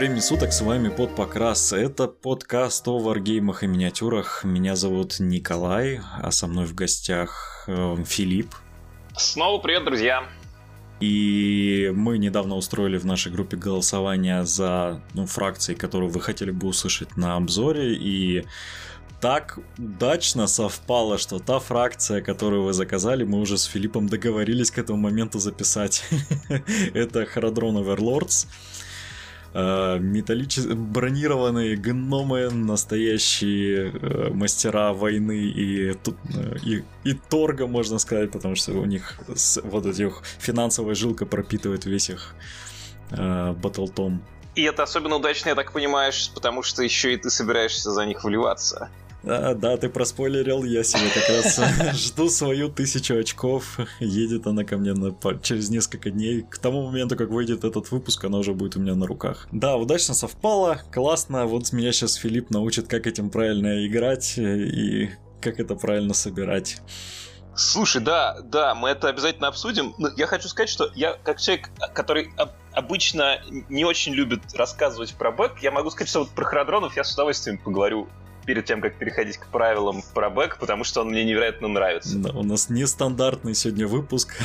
времени суток, с вами Подпокрас. Это подкаст о варгеймах и миниатюрах. Меня зовут Николай, а со мной в гостях Филипп. Снова привет, друзья! И мы недавно устроили в нашей группе голосование за фракции, которые вы хотели бы услышать на обзоре. И так удачно совпало, что та фракция, которую вы заказали, мы уже с Филиппом договорились к этому моменту записать. Это Харадрон Overlords. Бронированные гномы, настоящие мастера войны и торга, можно сказать, потому что у них вот этих финансовая жилка пропитывает весь их батлтом. И это особенно удачно, я так понимаю, потому что еще и ты собираешься за них вливаться. Да, ты проспойлерил, я себе как раз жду свою 1000 очков. Едет она ко мне через несколько дней. К тому моменту, как выйдет этот выпуск, она уже будет у меня на руках. Да, удачно совпало, классно. Вот меня сейчас Филипп научит, как этим правильно играть и как это правильно собирать. Слушай, да, мы это обязательно обсудим. Но я хочу сказать, что я, как человек, который обычно не очень любит рассказывать про бэк, я могу сказать, что вот про Харадронов я с удовольствием поговорю перед тем, как переходить к правилам про бэк, потому что он мне невероятно нравится. Да, у нас нестандартный сегодня выпуск.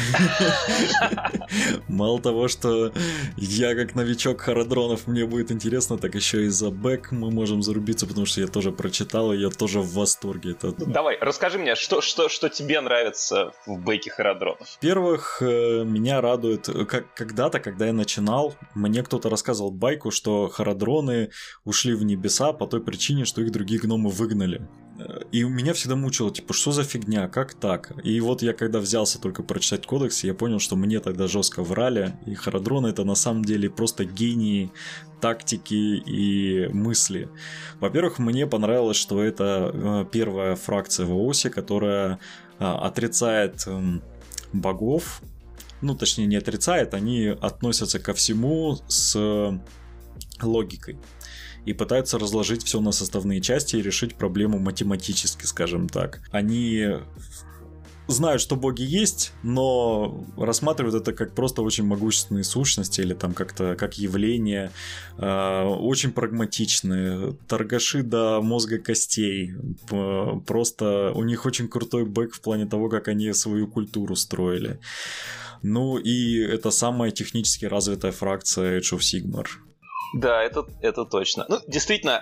Мало того, что я как новичок Харадронов, мне будет интересно, так еще и за бэк мы можем зарубиться, потому что я тоже прочитал, и я тоже в восторге. Давай, расскажи мне, что тебе нравится в бэке Харадронов? Во-первых, меня радует, когда-то, когда я начинал, мне кто-то рассказывал байку, что Харадроны ушли в небеса по той причине, что их другие гномы выгнали. И меня всегда мучило, типа, что за фигня, как так? И вот я когда взялся только прочитать кодекс, я понял, что мне тогда жестко врали, и Харадроны это на самом деле просто гении тактики и мысли. Во-первых, мне понравилось, что это первая фракция в ООСе, которая отрицает богов, точнее не отрицает, они относятся ко всему с логикой. И пытаются разложить все на составные части и решить проблему математически, скажем так. Они знают, что боги есть, но рассматривают это как просто очень могущественные сущности или там как-то как явление. Очень прагматичные, торгаши до мозга костей. Просто у них очень крутой бэк в плане того, как они свою культуру строили. И это самая технически развитая фракция Age of Sigmar. Да, это точно. Действительно,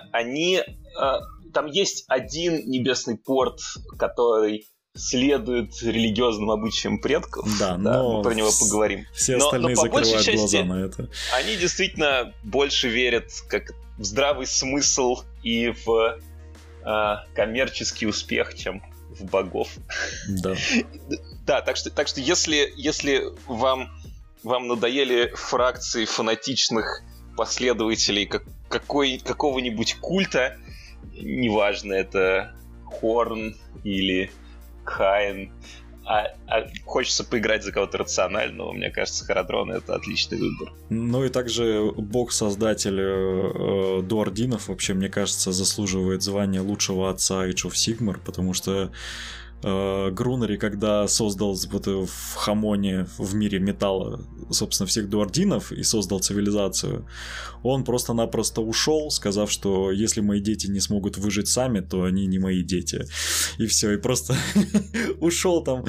там есть один небесный порт, который следует религиозным обычаям предков. Да, но мы про него поговорим. Все остальные закрывают глаза на это. Они действительно больше верят в здравый смысл и в коммерческий успех, чем в богов. Да. Да, так что если вам надоели фракции фанатичных последователей какого-нибудь культа, неважно, это Хорн или Каин, а хочется поиграть за кого-то рационального, мне кажется, Харадрон — это отличный выбор. И также бог-создатель дуардинов, вообще, мне кажется, заслуживает звания лучшего отца Age of Sigmar, потому что Грунери, когда создал в Хамоне, в мире металла, собственно, всех дуардинов и создал цивилизацию, он просто-напросто ушел, сказав, что если мои дети не смогут выжить сами, то они не мои дети. И все, и просто ушел там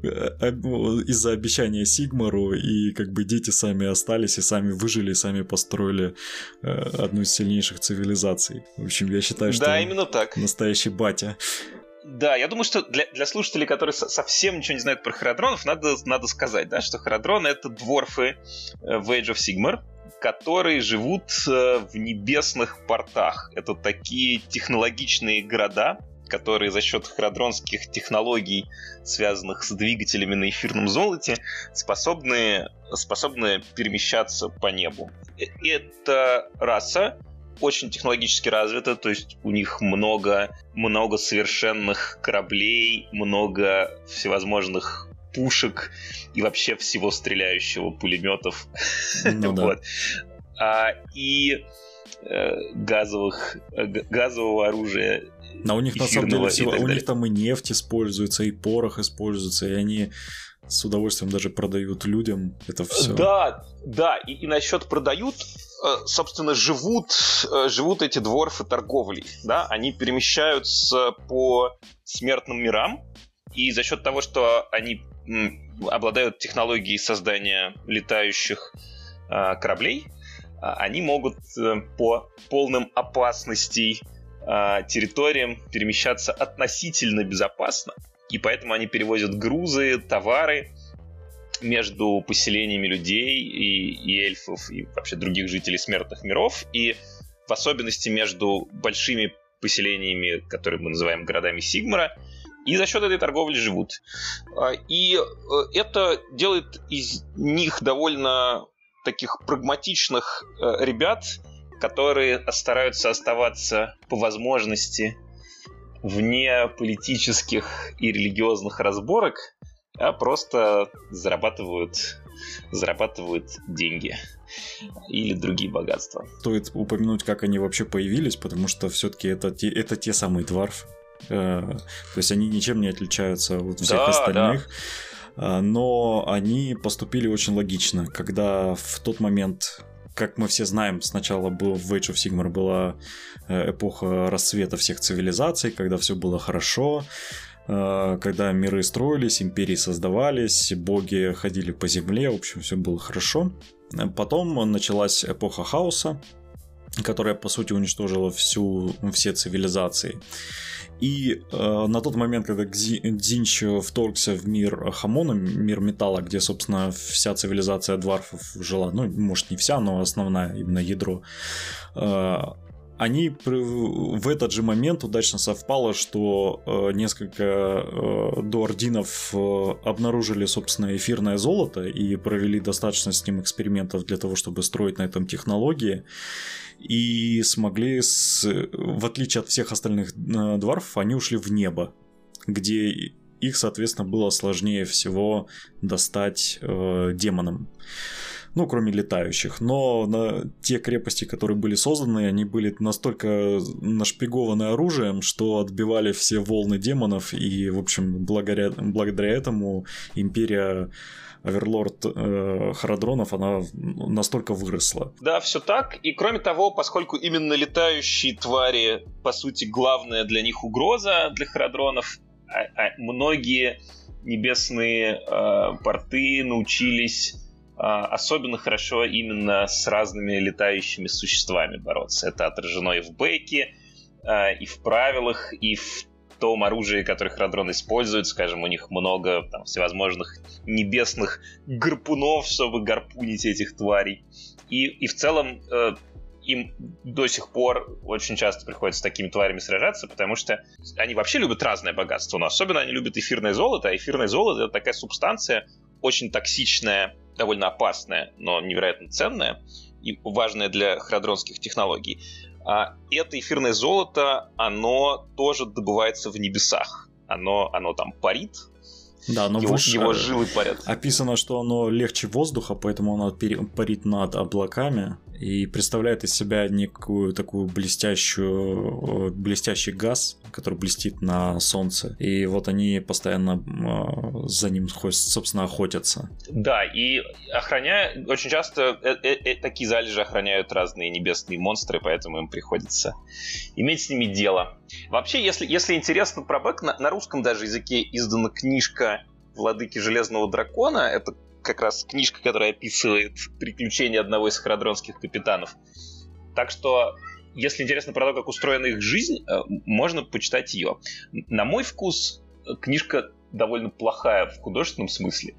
из-за обещания Сигмару, и как бы дети сами остались, и сами выжили, и сами построили одну из сильнейших цивилизаций. В общем, я считаю, что да, именно так. Настоящий батя. Да, я думаю, что для слушателей, которые совсем ничего не знают про Харадронов, надо сказать, да, что Харадроны — это дворфы в Age of Sigmar, которые живут в небесных портах. Это такие технологичные города, которые за счет харадронских технологий, связанных с двигателями на эфирном золоте, способны перемещаться по небу. Это раса очень технологически развита, то есть у них много совершенных кораблей, много всевозможных пушек и вообще всего стреляющего, пулеметов. Вот. И газового оружия. Но у них на самом деле всего, у них там и нефть используется, и порох используется, и они с удовольствием даже продают людям это все. Да, и насчет продают, собственно, живут эти дворфы торговлей, да, они перемещаются по смертным мирам, и за счет того, что они обладают технологией создания летающих кораблей, они могут по полным опасностей территориям перемещаться относительно безопасно, и поэтому они перевозят грузы, товары между поселениями людей и эльфов, и вообще других жителей смертных миров, и в особенности между большими поселениями, которые мы называем городами Сигмара, и за счет этой торговли живут. И это делает из них довольно таких прагматичных ребят, которые стараются оставаться по возможности вне политических и религиозных разборок, а просто зарабатывают деньги или другие богатства. Стоит упомянуть, как они вообще появились, потому что все-таки это те самые дварфы. То есть они ничем не отличаются от всех остальных. Да. Но они поступили очень логично, когда в тот момент, как мы все знаем, сначала в Age of Sigmar была эпоха расцвета всех цивилизаций, когда все было хорошо, когда миры строились, империи создавались, боги ходили по земле, в общем, все было хорошо. Потом началась эпоха хаоса, которая, по сути, уничтожила все цивилизации. И на тот момент, когда Дзинч вторгся в мир Хамона, мир металла, где, собственно, вся цивилизация дварфов жила, ну, может, не вся, но основная, именно ядро, они в этот же момент удачно совпало, что несколько дуардинов обнаружили, собственно, эфирное золото и провели достаточно с ним экспериментов для того, чтобы строить на этом технологии. И смогли, в отличие от всех остальных дварфов, они ушли в небо, где их, соответственно, было сложнее всего достать демонам. Ну, кроме летающих. Но те крепости, которые были созданы, они были настолько нашпигованы оружием, что отбивали все волны демонов. И, в общем, благодаря этому империя Оверлорд Харадронов, она настолько выросла. Да, все так. И кроме того, поскольку именно летающие твари, по сути, главная для них угроза для Харадронов, многие небесные порты научились особенно хорошо именно с разными летающими существами бороться. Это отражено и в бэке, и в правилах, и в том оружии, которое Харадрон использует. Скажем, у них много там всевозможных небесных гарпунов, чтобы гарпунить этих тварей. И в целом им до сих пор очень часто приходится с такими тварями сражаться, потому что они вообще любят разное богатство, но особенно они любят эфирное золото, а эфирное золото — это такая субстанция очень токсичная, довольно опасная, но невероятно ценная и важная для харадронских технологий. Это эфирное золото, оно тоже добывается в небесах. Оно там парит. Да, оно его жилы парят. Описано, что оно легче воздуха, поэтому оно парит над облаками и представляет из себя некую такую блестящий газ, который блестит на солнце. И вот они постоянно за ним, собственно, охотятся. Да, и очень часто такие залежи охраняют разные небесные монстры, поэтому им приходится иметь с ними дело. Вообще, если интересно про бэк, на русском даже языке издана книжка «Владыки Железного Дракона». Это как раз книжка, которая описывает приключения одного из харадронских капитанов. Так что, если интересно про то, как устроена их жизнь, можно почитать ее. На мой вкус, книжка довольно плохая в художественном смысле.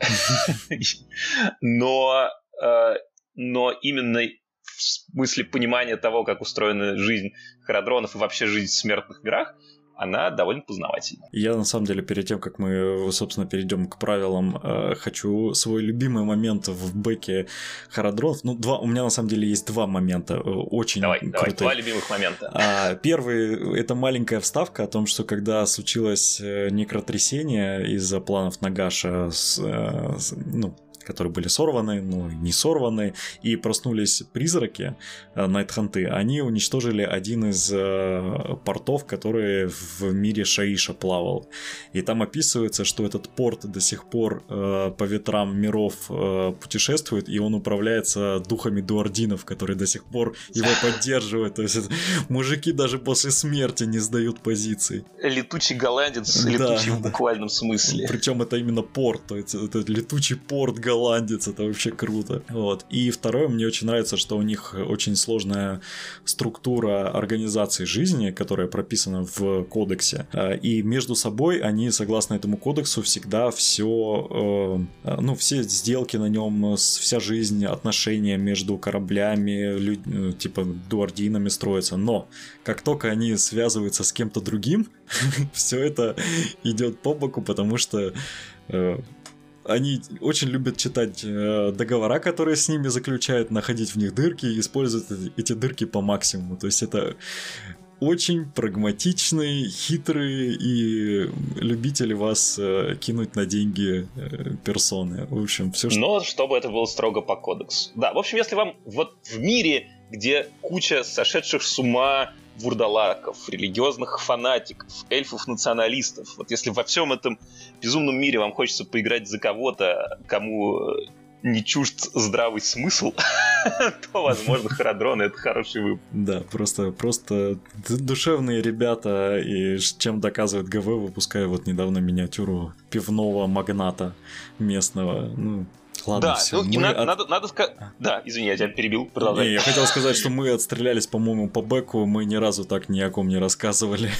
Но именно в смысле понимания того, как устроена жизнь харадронов и вообще жизнь в смертных мирах, она довольно познавательна. Я, на самом деле, перед тем, как мы, собственно, перейдем к правилам, хочу свой любимый момент в бэке Харадронов. У меня, на самом деле, есть два момента очень крутых. Давай, два любимых момента. Первый — это маленькая вставка о том, что когда случилось некротрясение из-за планов Нагаша, которые были сорваны, но не сорваны, и проснулись призраки, Найтханты, они уничтожили один из портов, который в мире Шаиша плавал. И там описывается, что этот порт до сих пор по ветрам миров путешествует, и он управляется духами дуардинов, которые до сих пор его поддерживают. То есть мужики даже после смерти не сдают позиций. Летучий голландец, летучий в буквальном смысле. Причем это именно порт, то есть это летучий порт голландец, это вообще круто. Вот. И второе, мне очень нравится, что у них очень сложная структура организации жизни, которая прописана в кодексе. И между собой они, согласно этому кодексу, всегда все сделки на нем, вся жизнь, отношения между кораблями, типа дуардинами строятся. Но как только они связываются с кем-то другим, все это идет по боку, потому что они очень любят читать договора, которые с ними заключают, находить в них дырки и использовать эти дырки по максимуму. То есть это очень прагматичные, хитрые и любители вас кинуть на деньги персоны. В общем, все что... Но чтобы это было строго по кодексу. Да, в общем, если вам вот в мире, где куча сошедших с ума вурдалаков, религиозных фанатиков, эльфов-националистов, вот если во всем этом безумном мире вам хочется поиграть за кого-то, кому не чужд здравый смысл, то, возможно, Харадроны — это хороший выбор. Да, просто душевные ребята, и чем доказывает ГВ, выпуская вот недавно миниатюру пивного магната местного. Ну, ладно, да, все. Ну, надо сказать... Да, извини, я тебя перебил, продолжай. Не, я хотел сказать, что мы отстрелялись, по-моему, по бэку, мы ни разу так ни о ком не рассказывали.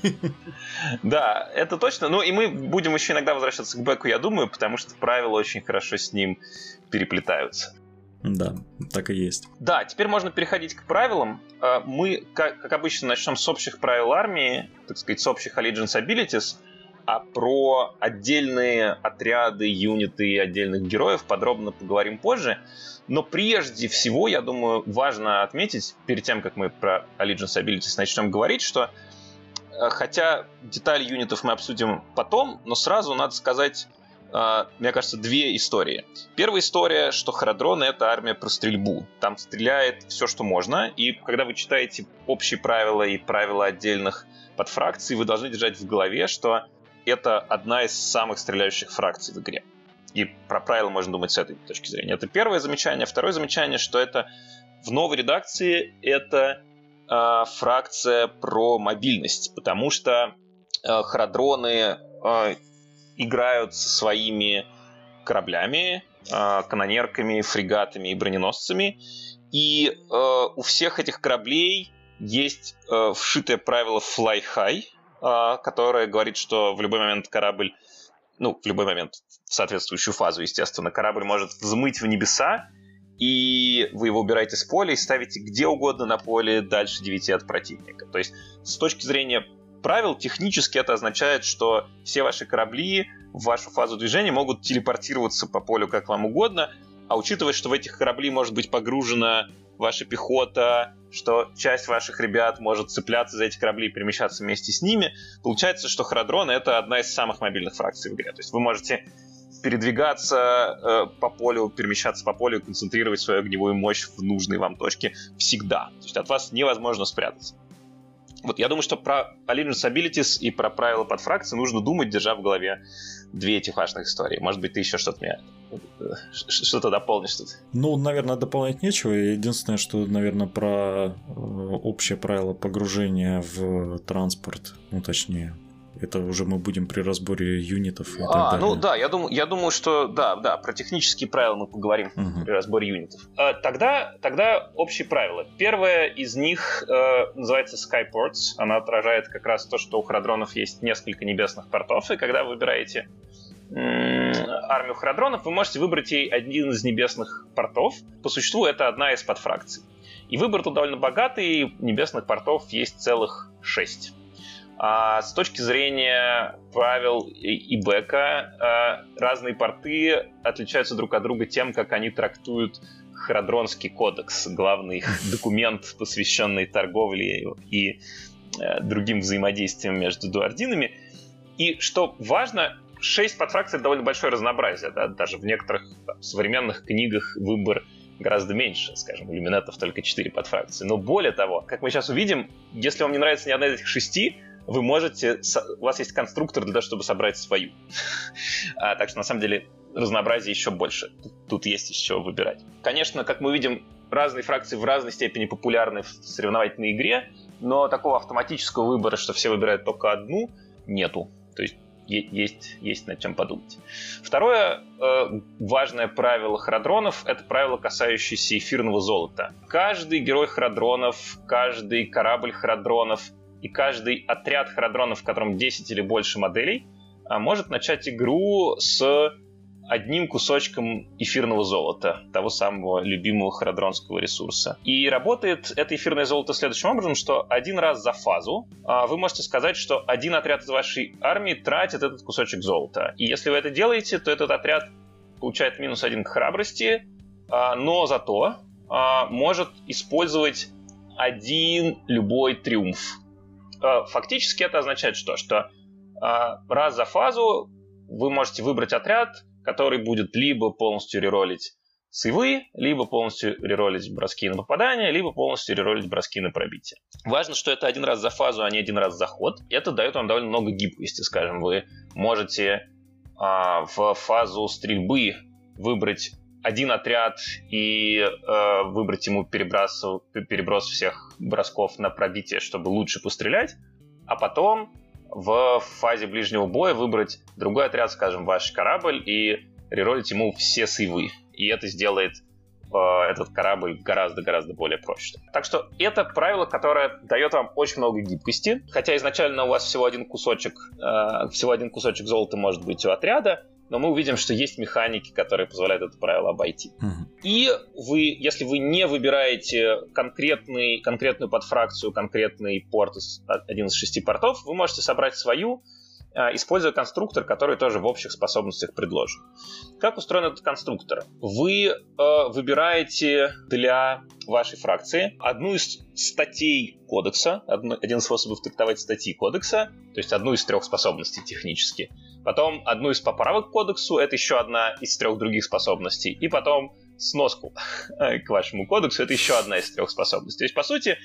Да, это точно. Ну, и мы будем еще иногда возвращаться к бэку, я думаю, потому что правила очень хорошо с ним переплетаются. Да, так и есть. Да, теперь можно переходить к правилам. Мы, как обычно, начнем с общих правил армии, так сказать, с общих Allegiance Abilities, а про отдельные отряды, юниты и отдельных героев подробно поговорим позже. Но прежде всего, я думаю, важно отметить, перед тем, как мы про Allegiance Abilities начнем говорить, что хотя детали юнитов мы обсудим потом, но сразу надо сказать, мне кажется, две истории. Первая история, что Харадроны — это армия про стрельбу. Там стреляет все, что можно, и когда вы читаете общие правила и правила отдельных подфракций, вы должны держать в голове, что это одна из самых стреляющих фракций в игре. И про правила можно думать с этой точки зрения. Это первое замечание. Второе замечание, что это в новой редакции это фракция про мобильность, потому что Харадроны играют со своими кораблями, канонерками, фрегатами и броненосцами, и у всех этих кораблей есть вшитое правило Fly High, которое говорит, что в любой момент корабль, в любой момент, в соответствующую фазу, естественно, корабль может взмыть в небеса, и вы его убираете с поля и ставите где угодно на поле дальше 9 от противника. То есть, с точки зрения правил, технически это означает, что все ваши корабли в вашу фазу движения могут телепортироваться по полю как вам угодно, а учитывая, что в этих корабли может быть погружена ваша пехота, что часть ваших ребят может цепляться за эти корабли и перемещаться вместе с ними, получается, что Харадроны — это одна из самых мобильных фракций в игре. То есть вы можете передвигаться по полю, перемещаться по полю и концентрировать свою огневую мощь в нужной вам точке всегда. То есть от вас невозможно спрятаться. Вот я думаю, что про Allegiance Abilities и про правила подфракции нужно думать, держа в голове две этих важных истории. Может быть, ты еще что-то дополнишь тут? Наверное, дополнять нечего. Единственное, что, наверное, про общее правило погружения в транспорт, точнее, это уже мы будем при разборе юнитов и так далее. Я думаю, что да, про технические правила мы поговорим при разборе юнитов. Тогда общие правила. Первое из них называется Skyports. Она отражает как раз то, что у Харадронов есть несколько небесных портов, и когда вы выбираете армию Харадронов, вы можете выбрать ей один из небесных портов. По существу это одна из подфракций. И выбор тут довольно богатый, небесных портов есть целых 6. А с точки зрения правил и бэка, разные порты отличаются друг от друга тем, как они трактуют Харадронский кодекс, главный их документ, посвященный торговле и другим взаимодействиям между дуардинами. И что важно, 6 подфракций — это довольно большое разнообразие, да? Даже в некоторых современных книгах выбор гораздо меньше, скажем, у иллюминатов только 4 подфракции. Но более того, как мы сейчас увидим, если вам не нравится ни одна из этих 6, вы можете... У вас есть конструктор для того, чтобы собрать свою. Так что, на самом деле, разнообразие еще больше. Тут есть из чего выбирать. Конечно, как мы видим, разные фракции в разной степени популярны в соревновательной игре, но такого автоматического выбора, что все выбирают только одну, нету. То есть есть над чем подумать. Второе важное правило харадронов — это правило, касающееся эфирного золота. Каждый герой харадронов, каждый корабль харадронов и каждый отряд харадронов, в котором 10 или больше моделей, может начать игру с одним кусочком эфирного золота, того самого любимого харадронского ресурса. И работает это эфирное золото следующим образом, что один раз за фазу вы можете сказать, что один отряд из вашей армии тратит этот кусочек золота. И если вы это делаете, то этот отряд получает -1 к храбрости, но зато может использовать один любой триумф. Фактически это означает что? Что раз за фазу вы можете выбрать отряд, который будет либо полностью реролить сейвы, либо полностью реролить броски на попадание, либо полностью реролить броски на пробитие. Важно, что это один раз за фазу, а не один раз за ход. Это дает вам довольно много гибкости, скажем. Вы можете в фазу стрельбы выбрать один отряд и выбрать ему переброс всех бросков на пробитие, чтобы лучше пострелять, а потом в фазе ближнего боя выбрать другой отряд, скажем, ваш корабль, и реролить ему все сейвы. И это сделает этот корабль гораздо-гораздо более прочным. Так что это правило, которое дает вам очень много гибкости. Хотя изначально у вас всего один кусочек золота может быть у отряда, но мы увидим, что есть механики, которые позволяют это правило обойти. И если вы не выбираете конкретную подфракцию, конкретный порт, один из 6 портов, вы можете собрать свою, используя конструктор, который тоже в общих способностях предложен. Как устроен этот конструктор? Вы выбираете для вашей фракции одну из статей кодекса, один из способов трактовать статьи кодекса, то есть одну из 3 способностей технически. Потом одну из поправок к кодексу, это еще одна из 3 других способностей. И потом сноску к вашему кодексу, это еще одна из 3 способностей. То есть, по сути,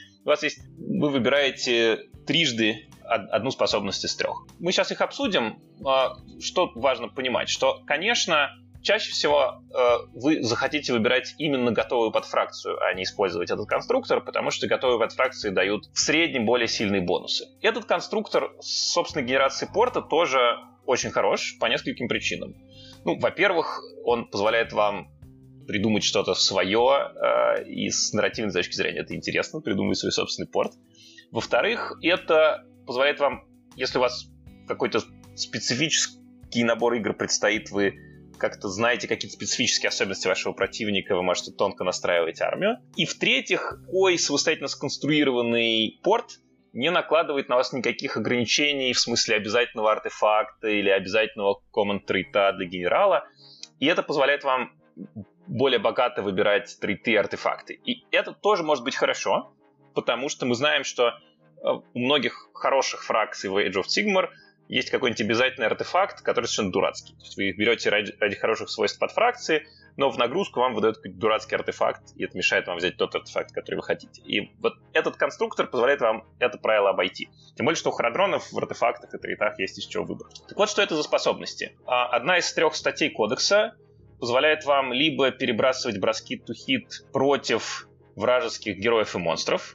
вы выбираете трижды одну способность из 3. Мы сейчас их обсудим. Что важно понимать, что, конечно, чаще всего вы захотите выбирать именно готовую подфракцию, а не использовать этот конструктор, потому что готовые подфракции дают в среднем более сильные бонусы. Этот конструктор с собственной генерацией порта тоже очень хорош по нескольким причинам. Во-первых, он позволяет вам придумать что-то свое, и с нарративной точки зрения это интересно, придумать свой собственный порт. Во-вторых, это позволяет вам, если у вас какой-то специфический набор игр предстоит, вы как-то знаете какие-то специфические особенности вашего противника, вы можете тонко настраивать армию. И в-третьих, такой самостоятельно сконструированный порт не накладывает на вас никаких ограничений в смысле обязательного артефакта или обязательного command-трейта для генерала. И это позволяет вам более богато выбирать трейты и артефакты. И это тоже может быть хорошо, потому что мы знаем, что у многих хороших фракций в Age of Sigmar есть какой-нибудь обязательный артефакт, который совершенно дурацкий. То есть вы их берете ради хороших свойств под фракции, но в нагрузку вам выдает какой-то дурацкий артефакт, и это мешает вам взять тот артефакт, который вы хотите. И вот этот конструктор позволяет вам это правило обойти. Тем более, что у харадронов в артефактах и трейтах есть из чего выбрать. Так вот, что это за способности? Одна из 3 статей кодекса позволяет вам либо перебрасывать броски to hit против вражеских героев и монстров,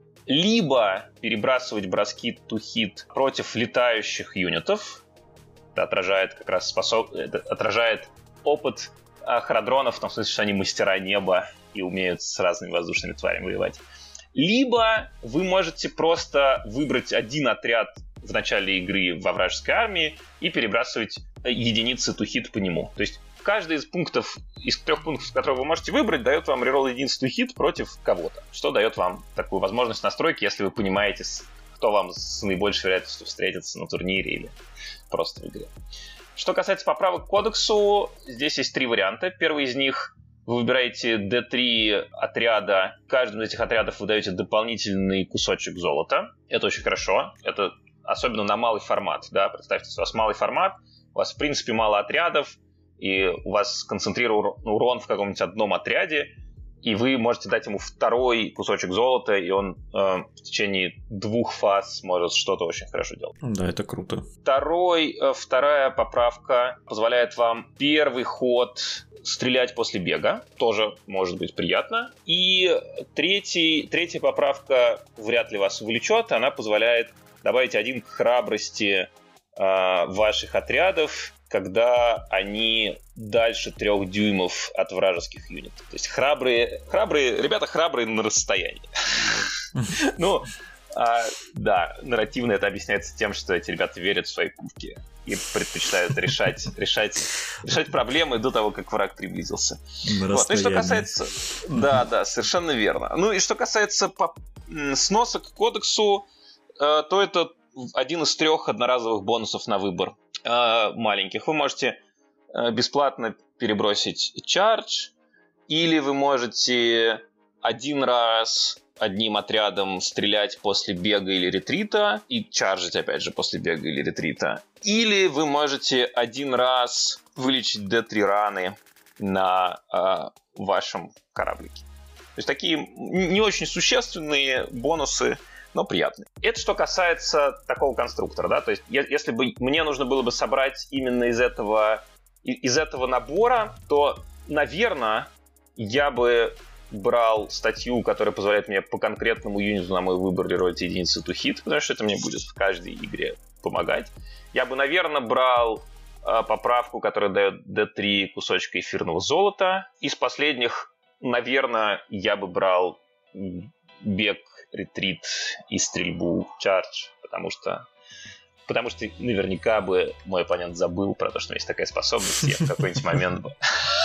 либо перебрасывать броски to hit против летающих юнитов. Это отражает как раз отражает опыт харадронов, в том смысле, что они мастера неба и умеют с разными воздушными тварями воевать. Либо вы можете просто выбрать один отряд в начале игры во вражеской армии и перебрасывать единицы to hit по нему. То есть каждый из 3 пунктов, которые вы можете выбрать, дает вам реролл единиц to hit против кого-то, что дает вам такую возможность настройки, если вы понимаете, кто вам с наибольшей вероятностью встретится на турнире или просто в игре. Что касается поправок к кодексу, здесь есть 3 варианта. Первый из них — вы выбираете D3 отряда, каждому из этих отрядов вы даете дополнительный кусочек золота. Это очень хорошо, это особенно на малый формат. Да? Представьте, если у вас малый формат, у вас в принципе мало отрядов, и у вас сконцентрирован урон в каком-нибудь одном отряде, и вы можете дать ему второй кусочек золота, и он в течение 2 фаз может что-то очень хорошо делать. Да, это круто. Вторая поправка позволяет вам первый ход стрелять после бега. Тоже может быть приятно. И третья поправка вряд ли вас увлечет. Она позволяет добавить 1 к храбрости ваших отрядов, когда они дальше 3 дюймов от вражеских юнитов. То есть ребята храбрые на расстоянии. Ну, да, нарративно это объясняется тем, что эти ребята верят в свои пушки и предпочитают решать проблемы до того, как враг приблизился. Вот. Ну и что касается... Да, совершенно верно. Ну и что касается сноса к кодексу, то это 1 из 3 одноразовых бонусов на выбор маленьких. Вы можете бесплатно перебросить чардж, или вы можете 1 раз одним отрядом стрелять после бега или ретрита и чаржить опять же после бега или ретрита. Или вы можете 1 раз вылечить D3 раны на вашем кораблике. То есть такие не очень существенные бонусы, но приятные. Это что касается такого конструктора, да, то есть если бы мне нужно было бы собрать именно из этого набора, то, наверное, я бы брал статью, которая позволяет мне по конкретному юниту на мой выбор реролить единицы to hit, потому что это мне будет в каждой игре помогать. Я бы, наверное, брал поправку, которая дает D3 кусочка эфирного золота. Из последних, наверное, я бы брал бег, ретрит и стрельбу чардж, потому что наверняка бы мой оппонент забыл про то, что у меня есть такая способность, я в какой-нибудь момент бы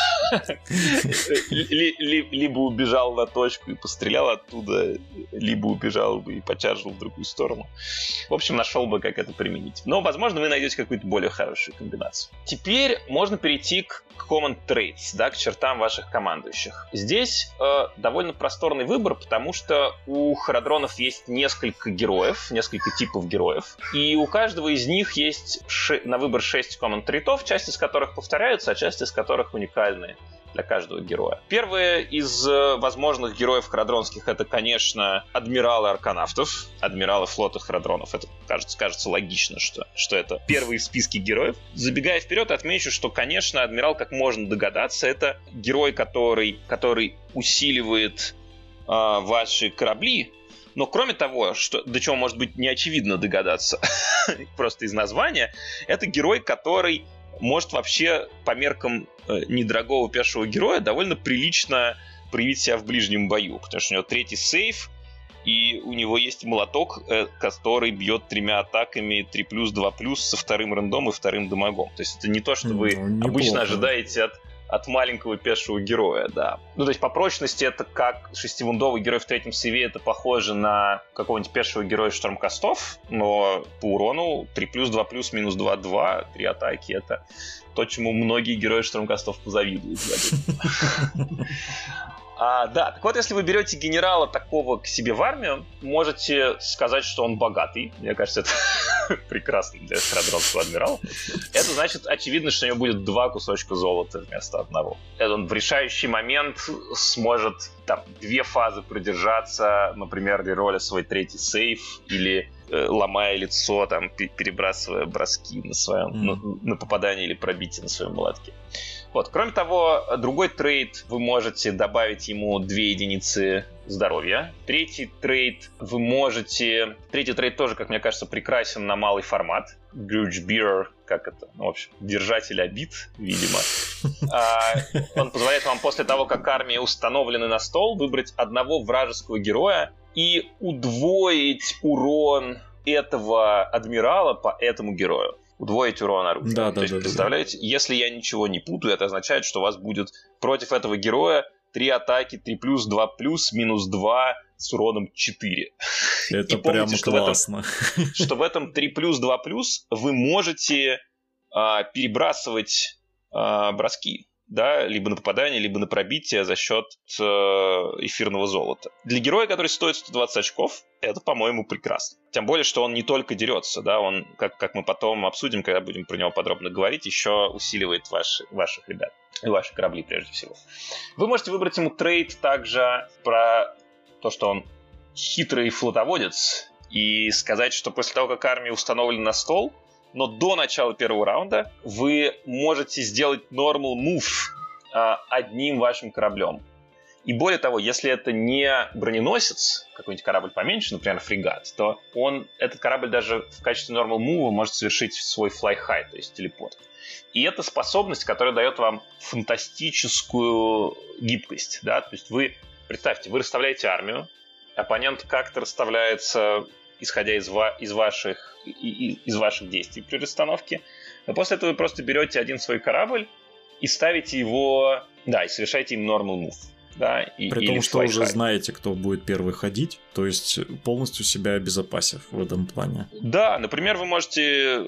либо убежал на точку и пострелял оттуда, либо убежал бы и почаржил в другую сторону. В общем, нашел бы, как это применить. Но, возможно, вы найдете какую-то более хорошую комбинацию. Теперь можно перейти к common traits, да, к чертам ваших командующих. Здесь довольно просторный выбор, потому что у харадронов есть несколько героев, несколько типов героев, и у каждого из них есть на выбор 6 common traitов, часть из которых повторяются, а часть из которых уникальные для каждого героя. Первые из возможных героев харадронских — это, конечно, адмиралы арканавтов, адмиралы флота харадронов. Это кажется логично, что это первые в списке героев. Забегая вперед, отмечу, что, конечно, адмирал, как можно догадаться, это герой, который усиливает ваши корабли. Но кроме того, до чего может быть не очевидно догадаться просто из названия, это герой, который может вообще по меркам недорогого пешего героя довольно прилично проявить себя в ближнем бою, потому что у него 3-й сейв, и у него есть молоток, который бьет 3 атаками 3+, 2+, со 2-м рандом и 2-м дамагом. То есть это не то, что вы обычно ожидаете от маленького пешего героя, да. Ну, то есть по прочности это как 6-вундовый герой в 3-м сейве, это похоже на какого-нибудь пешего героя штормкастов, но по урону 3+, 2+, минус 2, 2, 3 атаки — это то, чему многие герои штормкастов позавидуют. Да, так вот, если вы берете генерала такого к себе в армию, можете сказать, что он богатый. Мне кажется, это прекрасно для харадронского адмирала. Это значит, очевидно, что у него будет 2 кусочка золота вместо 1. Это он в решающий момент сможет 2 фазы продержаться, например, рероля свой 3-й сейв, или ломая лицо, перебрасывая броски на попадание или пробитие на своем молотке. Вот. Кроме того, другой трейд вы можете добавить ему 2 единицы здоровья. Третий трейд тоже, как мне кажется, прекрасен на малый формат. Grudge Bearer, как это? В общем, держатель обид, видимо. Он позволяет вам после того, как армия установлены на стол, выбрать одного вражеского героя и удвоить урон этого адмирала по этому герою. Удвоить урон оружия. Да, представляете, если я ничего не путаю, это означает, что у вас будет против этого героя 3 атаки, 3+, 2+, минус 2 с уроном 4. Это прям классно. Что в этом 3+, 2+, вы можете перебрасывать броски. да, либо на попадание, либо на пробитие за счет эфирного золота. Для героя, который стоит 120 очков, это, по-моему, прекрасно. Тем более, что он не только дерется, да, он, как мы потом обсудим, когда будем про него подробно говорить, еще усиливает ваших ребят. И ваши корабли, прежде всего. Вы можете выбрать ему трейд также про то, что он хитрый флотоводец, и сказать, что после того, как армия установлена на стол, но до начала первого раунда вы можете сделать normal move одним вашим кораблем. И более того, если это не броненосец, какой-нибудь корабль поменьше, например, фрегат, то этот корабль даже в качестве normal move может совершить свой fly high, то есть телепорт. И это способность, которая дает вам фантастическую гибкость. Да? То есть вы, представьте, вы расставляете армию, оппонент как-то расставляется, исходя из ваших действий при расстановке. А после этого вы просто берете один свой корабль и ставите его, да, и совершаете им normal move. Да, при том, что уже знаете, кто будет первый ходить, то есть полностью себя обезопасив в этом плане. Да, например, вы можете...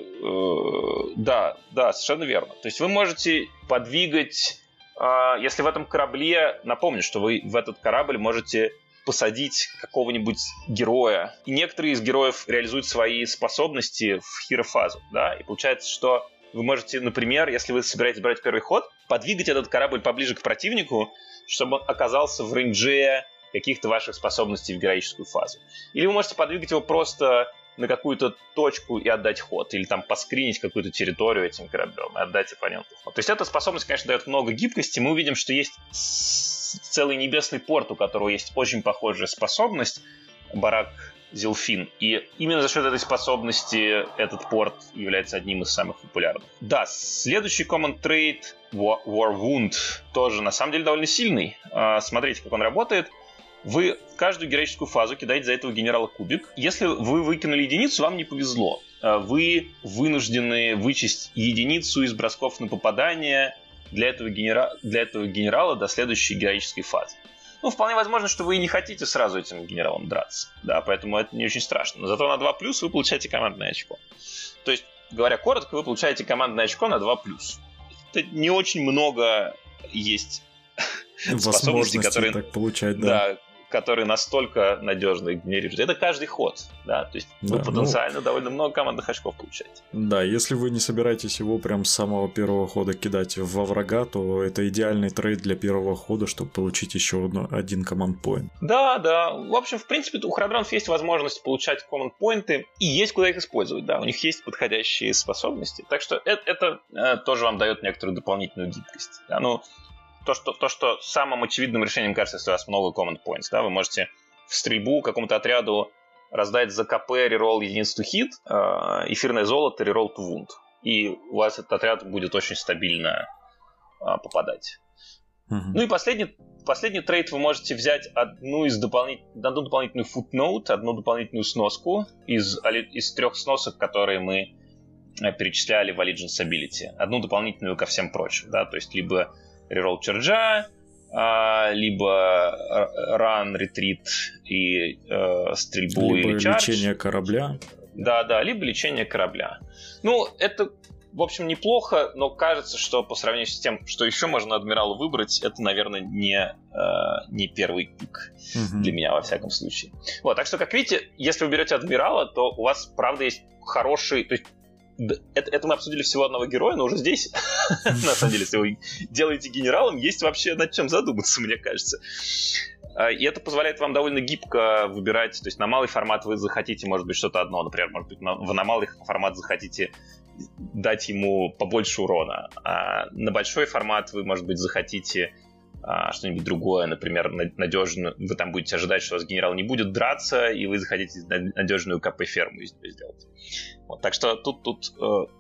Да, совершенно верно. То есть вы можете подвигать... Если в этом корабле... Напомню, что вы в этот корабль можете посадить какого-нибудь героя. И некоторые из героев реализуют свои способности в хиро-фазу. Да? И получается, что вы можете, например, если вы собираетесь брать первый ход, подвигать этот корабль поближе к противнику, чтобы он оказался в рейндже каких-то ваших способностей в героическую фазу. Или вы можете подвигать его просто на какую-то точку и отдать ход. Или там поскринить какую-то территорию этим кораблем и отдать оппоненту ход. То есть эта способность, конечно, дает много гибкости. Мы увидим, что есть целый небесный порт, у которого есть очень похожая способность. Барак Зилфин. И именно за счет этой способности этот порт является одним из самых популярных. Да, следующий common trait War Wound тоже на самом деле довольно сильный. Смотрите, как он работает. Вы в каждую героическую фазу кидаете за этого генерала кубик. Если вы выкинули единицу, вам не повезло. Вы вынуждены вычесть единицу из бросков на попадание для этого генерала до следующей героической фазы. Ну, вполне возможно, что вы и не хотите сразу этим генералом драться. Да, поэтому это не очень страшно. Но зато на 2+, вы получаете командное очко. То есть, говоря коротко, вы получаете командное очко на 2+. Это не очень много есть способностей, которые так получать, да. Которые настолько надежно генерируют. Это каждый ход, да, то есть вы потенциально довольно много командных очков получаете. Да, если вы не собираетесь его прям с самого первого хода кидать во врага, то это идеальный трейд для первого хода, чтобы получить еще один команд-поинт. Да. В общем, в принципе, у храдронов есть возможность получать команд-поинты, и есть куда их использовать, да, у них есть подходящие способности. Так что это тоже вам дает некоторую дополнительную гибкость. Да, То, что самым очевидным решением кажется, если у вас много command points, да, вы можете в стрельбу какому-то отряду раздать за КП reroll единицу hit, эфирное золото reroll to wound. И у вас этот отряд будет очень стабильно попадать. Ну и последний трейд вы можете взять одну дополнительную footnote, одну дополнительную сноску из 3 сносок, которые мы перечисляли в Allegiance Ability. Одну дополнительную ко всем прочим, да, то есть либо reroll charge, либо run, retreat и стрельбу либо или charge. Лечение корабля. Да, либо лечение корабля. Ну, это, в общем, неплохо, но кажется, что по сравнению с тем, что еще можно адмиралу выбрать, это, наверное, не первый пик для меня, во всяком случае. Вот, так что, как видите, если вы берете адмирала, то у вас, правда, есть хороший... То есть, это мы обсудили всего одного героя, но уже здесь, на самом деле, если вы делаете генералом, есть вообще над чем задуматься, мне кажется. И это позволяет вам довольно гибко выбирать. То есть на малый формат вы захотите, может быть, что-то одно. Например, может быть, на малый формат захотите дать ему побольше урона. А на большой формат вы, может быть, захотите что-нибудь другое. Например, надежную. Вы там будете ожидать, что у вас генерал не будет драться, и вы захотите надежную КП-ферму из него сделать. Вот, так что тут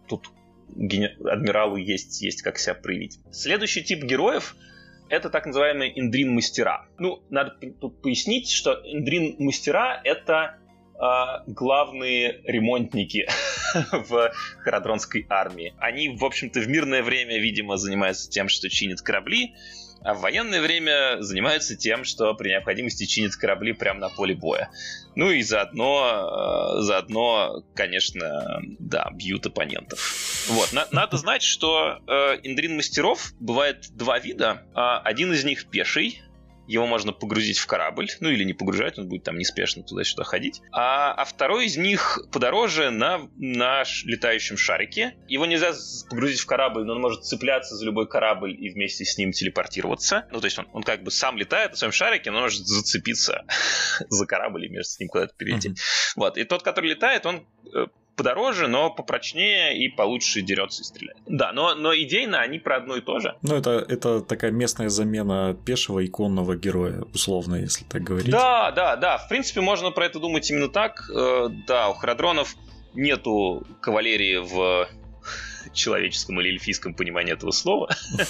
адмиралу есть как себя проявить. Следующий тип героев — это так называемые Эндрин-мастера. Ну, надо тут пояснить, что Эндрин-мастера — это главные ремонтники в харадронской армии. Они, в общем-то, в мирное время, видимо, занимаются тем, что чинят корабли, а в военное время занимаются тем, что при необходимости чинят корабли прямо на поле боя. Ну и заодно, конечно, да, бьют оппонентов. Вот. Надо знать, что Эндрин мастеров бывает два вида. Один из них пеший. Его можно погрузить в корабль, ну или не погружать, он будет там неспешно туда-сюда ходить. А второй из них подороже на летающем шарике. Его нельзя погрузить в корабль, но он может цепляться за любой корабль и вместе с ним телепортироваться. Ну, то есть он как бы сам летает на своем шарике, но может зацепиться за корабль и между с ним куда-то перейти. Вот. И тот, который летает, он подороже, но попрочнее и получше дерется и стреляет. Да, но идейно они про одно и то же. Ну, это такая местная замена пешего и конного героя, условно, если так говорить. Да. В принципе, можно про это думать именно так. Да, у харадронов нету кавалерии в человеческом или эльфийском понимании этого слова.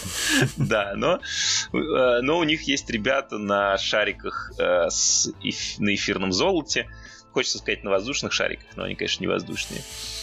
Да, но у них есть ребята на шариках на эфирном золоте. Хочется сказать, на воздушных шариках, но они, конечно, не воздушные.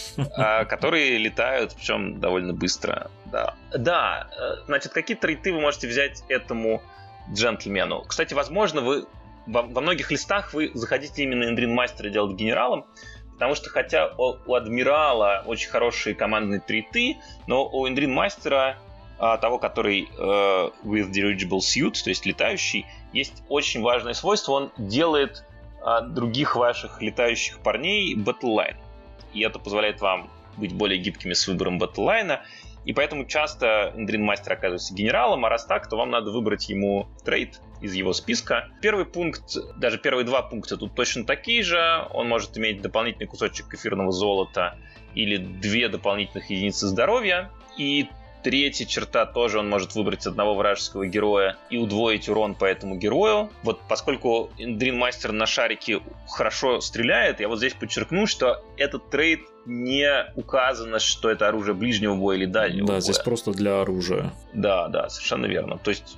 Которые летают, причем довольно быстро. Да, значит, какие трейты вы можете взять этому джентльмену? Кстати, возможно, вы во многих листах вы захотите именно Эндрин Мастера делать генералом, потому что хотя у Адмирала очень хорошие командные трейты, но у Эндрин Мастера, того, который with dirigible suit, то есть летающий, есть очень важное свойство. Он делает других ваших летающих парней Battleline. И это позволяет вам быть более гибкими с выбором Battleline. И поэтому часто Эндрин Мастер оказывается генералом, а раз так, то вам надо выбрать ему трейд из его списка. Первый пункт, даже первые два пункта тут точно такие же. Он может иметь дополнительный кусочек эфирного золота или 2 дополнительных единицы здоровья. И третья черта тоже, он может выбрать одного вражеского героя и удвоить урон по этому герою. Вот поскольку Эндрин Мастер на шарике хорошо стреляет, я вот здесь подчеркну, что этот трейд не указано, что это оружие ближнего боя или дальнего боя. Да, здесь просто для оружия. Да, совершенно верно. То есть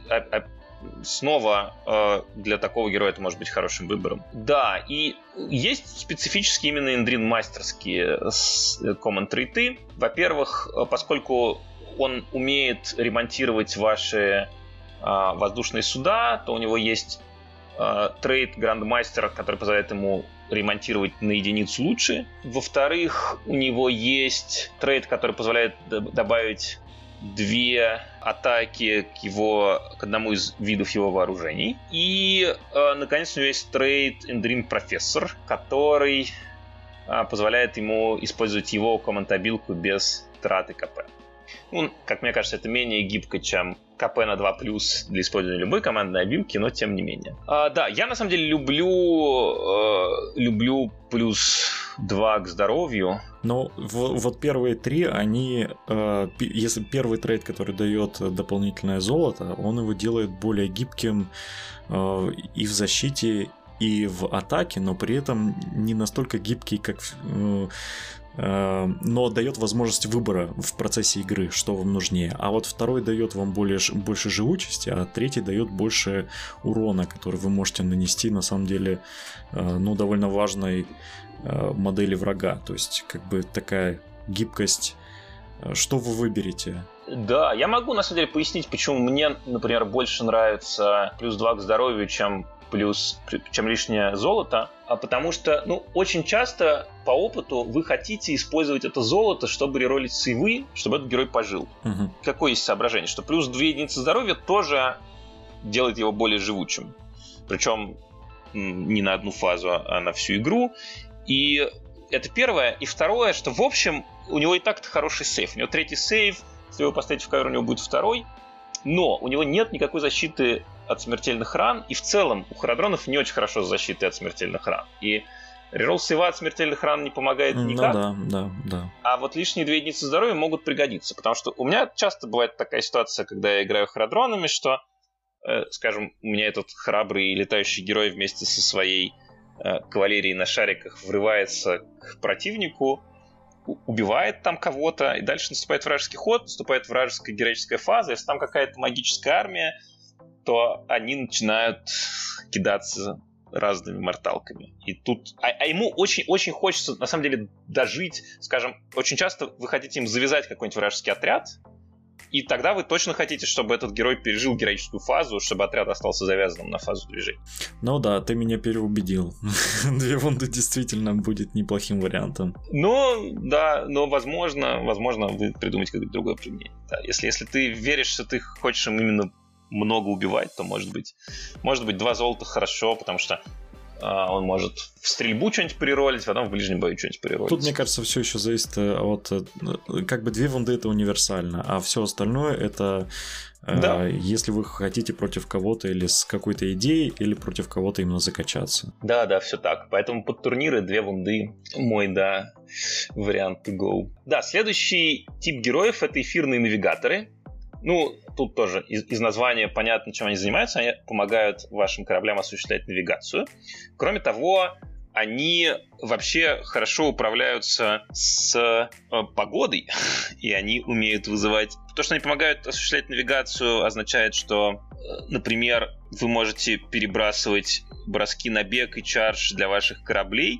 снова для такого героя это может быть хорошим выбором. Да, и есть специфические именно Эндрин мастерские common трейты. Во-первых, поскольку он умеет ремонтировать ваши воздушные суда, то у него есть трейд Грандмастера, который позволяет ему ремонтировать на единицу лучше. Во-вторых, у него есть трейд, который позволяет добавить 2 атаки к одному из видов его вооружений. И, наконец, у него есть трейд Эндрин Профессор, который позволяет ему использовать его команд-обилку без траты КП. Ну, как мне кажется, это менее гибко, чем КП на 2+, для использования любой командной обилки, но тем не менее. Да, я на самом деле люблю плюс 2 к здоровью. Но вот первые 3, они... Если первый трейд, который дает дополнительное золото, он его делает более гибким и в защите, и в атаке, но при этом не настолько гибкий, как... но дает возможность выбора в процессе игры, что вам нужнее. А вот второй дает вам больше живучести, а третий дает больше урона, который вы можете нанести на самом деле довольно важной модели врага. То есть как бы такая гибкость. Что вы выберете? Да, я могу на самом деле пояснить, почему мне, например, больше нравится плюс 2 к здоровью, чем лишнее золото, потому что, очень часто по опыту вы хотите использовать это золото, чтобы реролить сейвы, чтобы этот герой пожил. Угу. Какое есть соображение? Что плюс 2 единицы здоровья тоже делает его более живучим. Причем не на одну фазу, а на всю игру. И это первое. И второе, что в общем у него и так-то хороший сейв. У него 3-й сейв, если его поставить в ковер, у него будет 2-й. Но у него нет никакой защиты от смертельных ран, и в целом у харадронов не очень хорошо с защитой от смертельных ран. И реролл сейва от смертельных ран не помогает никак. Да. А вот лишние 2 единицы здоровья могут пригодиться. Потому что у меня часто бывает такая ситуация, когда я играю харадронами, что, скажем, у меня этот храбрый летающий герой вместе со своей кавалерией на шариках врывается к противнику, убивает там кого-то, и дальше наступает вражеский ход, наступает вражеская героическая фаза. Если там какая-то магическая армия, то они начинают кидаться разными морталками. И тут... А ему очень хочется, на самом деле, дожить. Скажем, очень часто вы хотите им завязать какой-нибудь вражеский отряд, И тогда вы точно хотите, чтобы этот герой пережил героическую фазу, чтобы отряд остался завязанным на фазу движения. Ну да, ты меня переубедил. 2 вунды действительно будет неплохим вариантом. Ну, да, но возможно, вы придумаете какое-то другое применение. Да, если ты веришь, что ты хочешь им именно много убивать, то может быть 2 золота хорошо, потому что он может в стрельбу что-нибудь переролить, потом в ближнем бою что-нибудь переролить. Тут, мне кажется, все еще зависит от... Как бы 2 вунды это универсально, а все остальное это... Да. Если вы хотите против кого-то или с какой-то идеей, или против кого-то именно закачаться. Да, все так. Поэтому под турниры 2 вунды мой, да, вариант to go. Да, следующий тип героев — это эфирные навигаторы. Ну, тут тоже из названия понятно, чем они занимаются. Они помогают вашим кораблям осуществлять навигацию. Кроме того, они вообще хорошо управляются с погодой, и они умеют вызывать... То, что они помогают осуществлять навигацию, означает, что, например, вы можете перебрасывать броски на бег и чардж для ваших кораблей,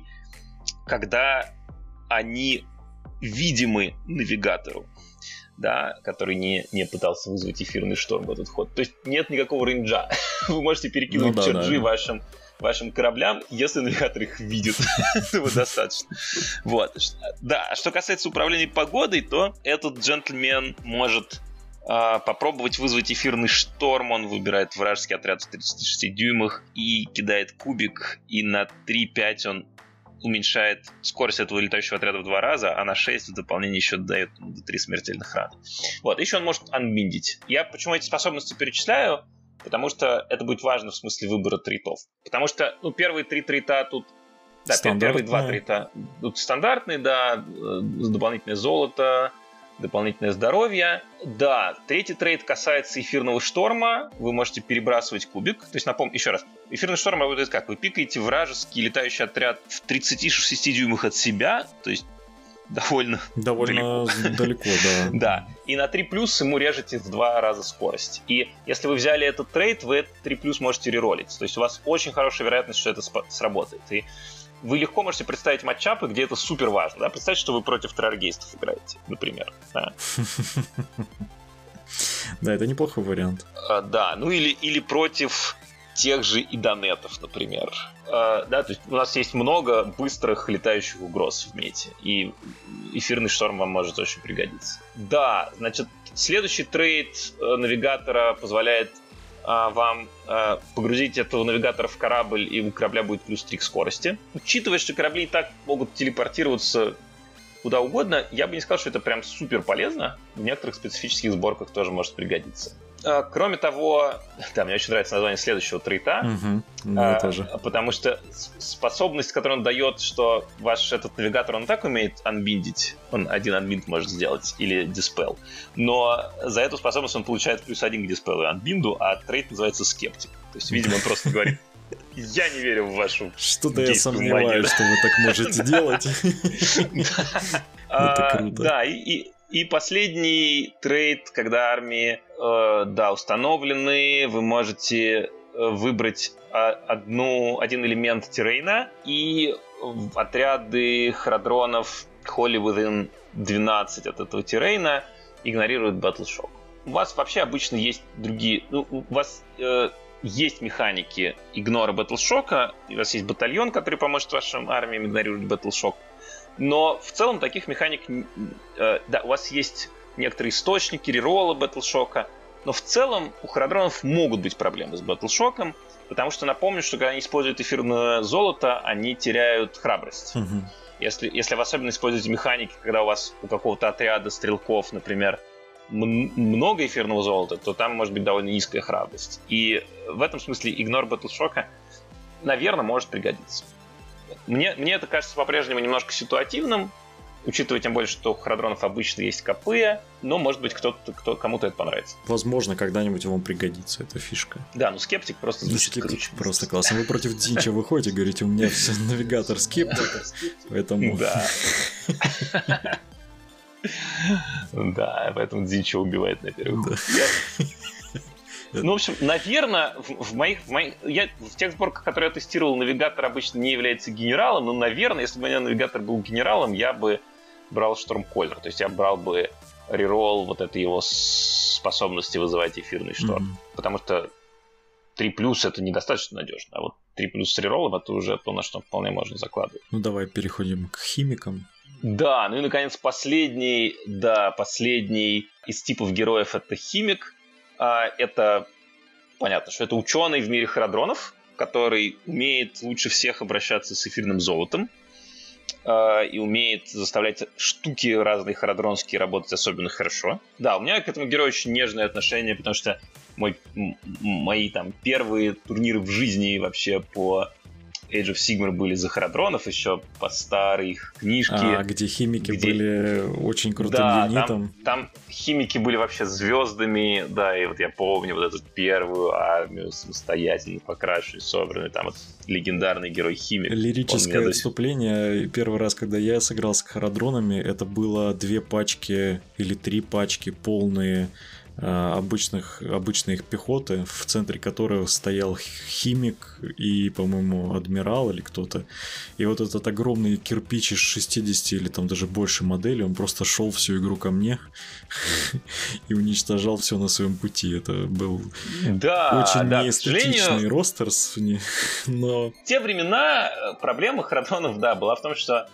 когда они видимы навигатору, да, который не пытался вызвать эфирный шторм в этот ход. То есть нет никакого рейнджа. Вы можете перекинуть чарджи вашим кораблям, если навигатор их видит. Этого достаточно. Вот. Да, а что касается управления погодой, то этот джентльмен может попробовать вызвать эфирный шторм. Он выбирает вражеский отряд в 36 дюймах и кидает кубик, и на 3-5 он уменьшает скорость этого летающего отряда в 2 раза, а на 6 в дополнение еще дает до 3 смертельных ран. Вот, еще он может анбиндить. Я почему эти способности перечисляю? Потому что это будет важно в смысле выбора трейтов. Потому что, первые 3 трейта тут... Да, первые 2 трейта тут стандартные, да, дополнительное золото, дополнительное здоровье. Да, 3-й трейд касается эфирного шторма. Вы можете перебрасывать кубик. То есть, напомню, еще раз. Эфирный шторм работает как? Вы пикаете вражеский летающий отряд в 36 дюймах от себя. То есть, довольно далеко, да. Да. И на 3 плюс ему режете в 2 раза скорость. И если вы взяли этот трейд, вы этот 3 плюс можете реролить. То есть, у вас очень хорошая вероятность, что это сработает. И вы легко можете представить матчапы, где это супер важно. Да? Представьте, что вы против терроргейстов играете, например. Да, да, это неплохой вариант. Да, ну или против тех же идонетов, например. Да, то есть у нас есть много быстрых летающих угроз в мете, и эфирный шторм вам может очень пригодиться. Да, значит, следующий трейд навигатора позволяет вам погрузить этого навигатора в корабль, и у корабля будет плюс 3 к скорости. Учитывая, что корабли и так могут телепортироваться куда угодно, я бы не сказал, что это прям супер полезно. В некоторых специфических сборках тоже может пригодиться. Кроме того, да, мне очень нравится название следующего трейта, тоже. Потому что способность, которую он дает, что ваш этот навигатор, он так умеет анбиндить, он один анбинд может сделать, или диспел, но за эту способность он получает плюс 1 к диспелу и анбинду, а трейд называется скептик. То есть, видимо, он просто говорит: я не верю в вашу что-то я сомневаюсь, что вы так можете делать. Это круто. Да, и последний трейд, когда армии установлены, вы можете выбрать один элемент террейна, и отряды харадронов Wholly Within 12 от этого террейна игнорируют Battle Shock. У вас вообще обычно есть другие... у вас есть механики игнора Battle Shock, у вас есть батальон, который поможет вашим армиям игнорировать Battle Shock. Но в целом таких механик... Да, у вас есть некоторые источники реролла Battleshock, но в целом у харадронов могут быть проблемы с Battleshock, потому что напомню, что когда они используют эфирное золото, они теряют храбрость. Если вы особенно используете механики, когда у какого-то отряда стрелков, например, много эфирного золота, то там может быть довольно низкая храбрость. И в этом смысле игнор Battleshock, наверное, может пригодиться. Мне это кажется по-прежнему немножко ситуативным, учитывая тем более, что у харадронов обычно есть КП, но, может быть, кому-то это понравится. Возможно, когда-нибудь вам пригодится эта фишка. Да, ну скептик просто звучит круче. Просто классно. Вы против Динча выходите, говорите: у меня все навигатор скептик, поэтому... Да. Да, поэтому Динча убивает на первых. Ну, в общем, наверное, в тех сборках, которые я тестировал, навигатор обычно не является генералом, но, наверное, если бы у меня навигатор был генералом, я бы брал Штормколлер. То есть я брал бы реролл вот этой его способности вызывать эфирный шторм. Потому что 3+, это недостаточно надежно, а вот 3+ с рероллом это уже то, на что вполне можно закладывать. Ну давай переходим к химикам. Да, ну и наконец последний из типов героев это химик. Это понятно, что это ученый в мире харадронов, который умеет лучше всех обращаться с эфирным золотом и умеет заставлять штуки разные харадронские работать особенно хорошо. Да, у меня к этому герою очень нежное отношение, потому что мои там первые турниры в жизни вообще по Age of Sigmar были за харадронов, еще по старой их книжке. Где химики были очень крутым юнитом. Там химики были вообще звездами, да, и вот я помню вот эту первую армию самостоятельно покрашенную, собранную, там вот легендарный герой химик. Лирическое отступление. Первый раз, когда я сыграл с харадронами, это было 2 пачки или 3 пачки полные обычной их пехоты, в центре которой стоял химик и, по-моему, адмирал или кто-то. И вот этот огромный кирпич из 60 или там даже больше моделей, он просто шел всю игру ко мне и уничтожал все на своем пути. Это был очень неэстетичный ростер, но... В те времена проблема харадронов, была в том, что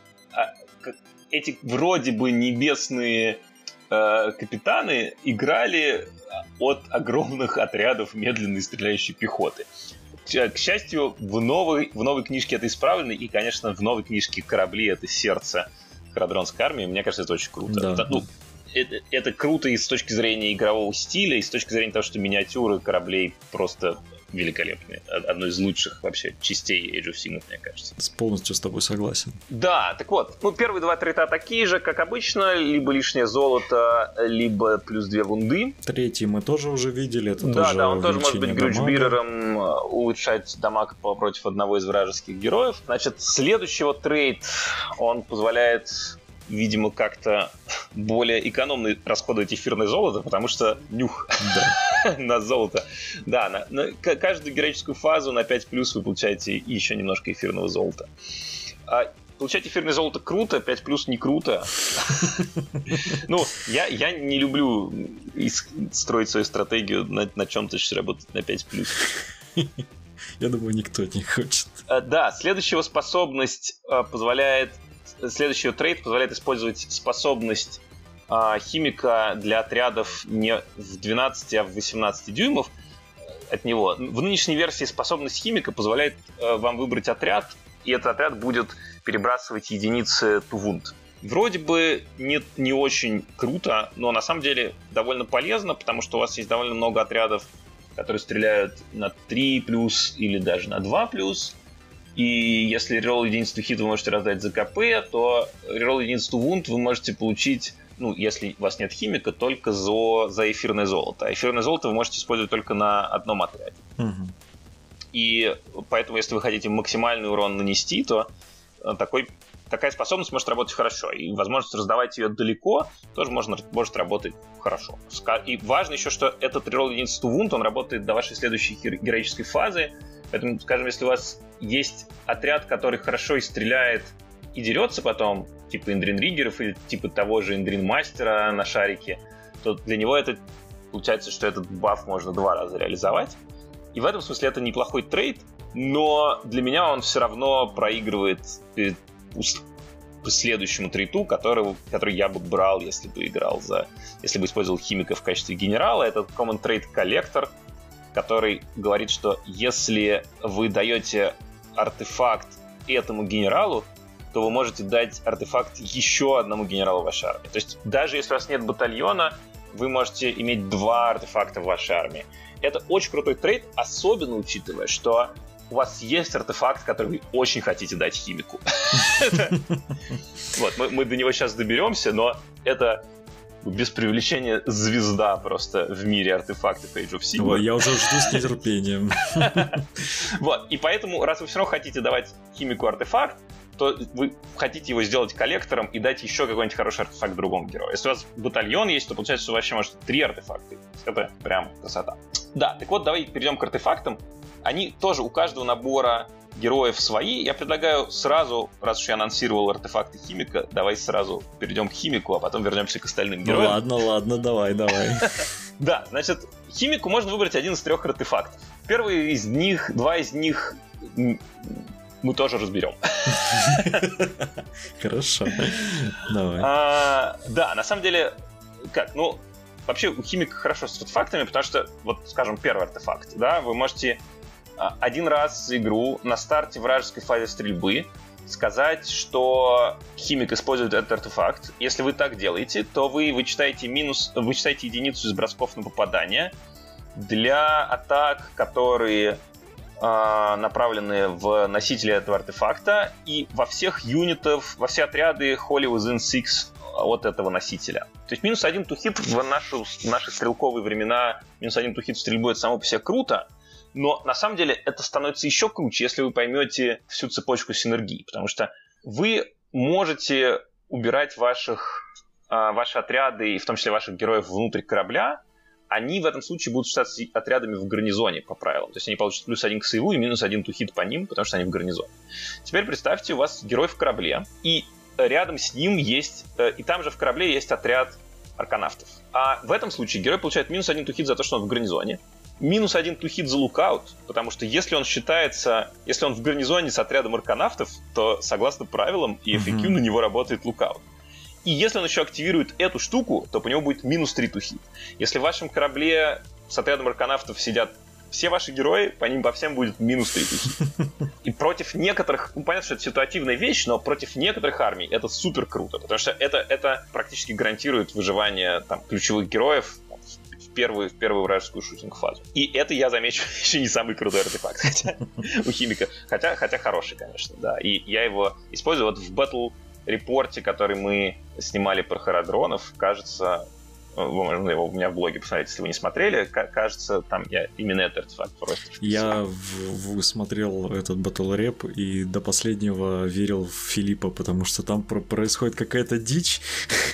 эти вроде бы небесные капитаны играли от огромных отрядов медленной стреляющей пехоты. К счастью, в новой книжке это исправлено, и, конечно, в новой книжке корабли — это сердце харадронской армии. Мне кажется, это очень круто. Да. Это круто и с точки зрения игрового стиля, и с точки зрения того, что миниатюры кораблей просто великолепные. Одной из лучших вообще частей Age of Sigmar, мне кажется. Полностью с тобой согласен. Да, так вот, первые 2 трейта такие же, как обычно, либо лишнее золото, либо +2 вунды. 3 мы тоже уже видели. Это да, он тоже может быть грючбирером, улучшать дамаг против одного из вражеских героев. Значит, следующий вот трейд, он позволяет, видимо, как-то более экономно расходовать эфирное золото, потому что нюх на золото. Да, на каждую героическую фазу на 5+ вы получаете еще немножко эфирного золота. Получать эфирное золото круто, 5+ не круто. Я не люблю строить свою стратегию на чем-то, что работает на 5+. Я думаю, никто не хочет. Да, следующая трейд позволяет использовать способность химика для отрядов не в 12, а в 18 дюймов от него. В нынешней версии способность химика позволяет вам выбрать отряд, и этот отряд будет перебрасывать единицы to wound. Вроде бы не очень круто, но на самом деле довольно полезно, потому что у вас есть довольно много отрядов, которые стреляют на 3+ или даже на 2+. И если реролл единицу to hit вы можете раздать за КП, то реролл единицу to wound вы можете получить, если у вас нет химика, только за эфирное золото. А эфирное золото вы можете использовать только на одном отряде. Угу. И поэтому, если вы хотите максимальный урон нанести, то такая способность может работать хорошо. И возможность раздавать ее далеко тоже может работать хорошо. И важно еще, что этот реролл единицы to wound, он работает до вашей следующей героической фазы. Поэтому, скажем, если у вас есть отряд, который хорошо и стреляет, и дерется потом, типа Индрин-риггеров или типа того же Индрин-мастера на шарике, то для него получается, что этот баф можно 2 раза реализовать. И в этом смысле это неплохой трейд, но для меня он все равно проигрывает по следующему трейту, который я бы брал, если бы использовал химика в качестве генерала. Это Common Trade Collector, который говорит, что если вы даете артефакт этому генералу, то вы можете дать артефакт еще одному генералу в вашей армии. То есть даже если у вас нет батальона, вы можете иметь 2 артефакта в вашей армии. Это очень крутой трейд, особенно учитывая, что у вас есть артефакт, который вы очень хотите дать химику. Вот, мы до него сейчас доберемся, но это без привлечения звезда просто в мире артефактов Age of Sigmar. Я уже жду с нетерпением. Вот, и поэтому, раз вы все равно хотите давать химику артефакт, то вы хотите его сделать коллектором и дать еще какой-нибудь хороший артефакт другому герою. Если у вас батальон есть, то получается, что вообще может 3 артефакта. Это прям красота. Да, так вот, давай перейдем к артефактам. Они тоже у каждого набора героев свои. Я предлагаю сразу, раз уж я анонсировал артефакты Химика, давай сразу перейдем к Химику, а потом вернемся к остальным героям. Ладно, давай. Да, значит, Химику можно выбрать один из 3 артефактов. Первый из них, 2 из них мы тоже разберем. Хорошо. Давай. Да, на самом деле, вообще у Химика хорошо с артефактами, потому что, вот, скажем, первый артефакт, да, вы можете один раз за игру на старте вражеской фазе стрельбы сказать, что Химик использует этот артефакт. Если вы так делаете, то вы вычитаете единицу из бросков на попадание для атак, которые направлены в носителя этого артефакта и во все отряды Holy Within 6 от этого носителя. То есть -1 to hit в наши стрелковые времена, -1 to hit в стрельбу — это само по себе круто, но на самом деле это становится еще круче, если вы поймете всю цепочку синергии, потому что вы можете убирать ваши отряды, и в том числе ваших героев, внутрь корабля. Они в этом случае будут считаться отрядами в гарнизоне по правилам. То есть они получат +1 к сейву и -1 to hit по ним, потому что они в гарнизоне. Теперь представьте, у вас герой в корабле, и рядом с ним есть... И там же в корабле есть отряд арканавтов. А в этом случае герой получает -1 to hit за то, что он в гарнизоне, -1 to hit за лукаут, потому что если он в гарнизоне с отрядом арканавтов, то, согласно правилам и FAQ, на него работает лукаут. И если он еще активирует эту штуку, то по нему будет -3 to hit. Если в вашем корабле с отрядом арканавтов сидят все ваши герои, по ним по всем будет -3 to hit. И против некоторых... понятно, что это ситуативная вещь, но против некоторых армий это супер круто, потому что это практически гарантирует выживание ключевых героев в первую вражескую шутинг-фазу. И это, я замечу, еще не самый крутой артефакт у Химика. Хотя хороший, конечно, да. И я его использую вот в Battle репорте, который мы снимали про харадронов, кажется, можно его у меня в блоге посмотреть, если вы не смотрели, кажется, там я именно этот артефакт просто. Я смотрел этот Battle Rep и до последнего верил в Филиппа, потому что там происходит какая-то дичь,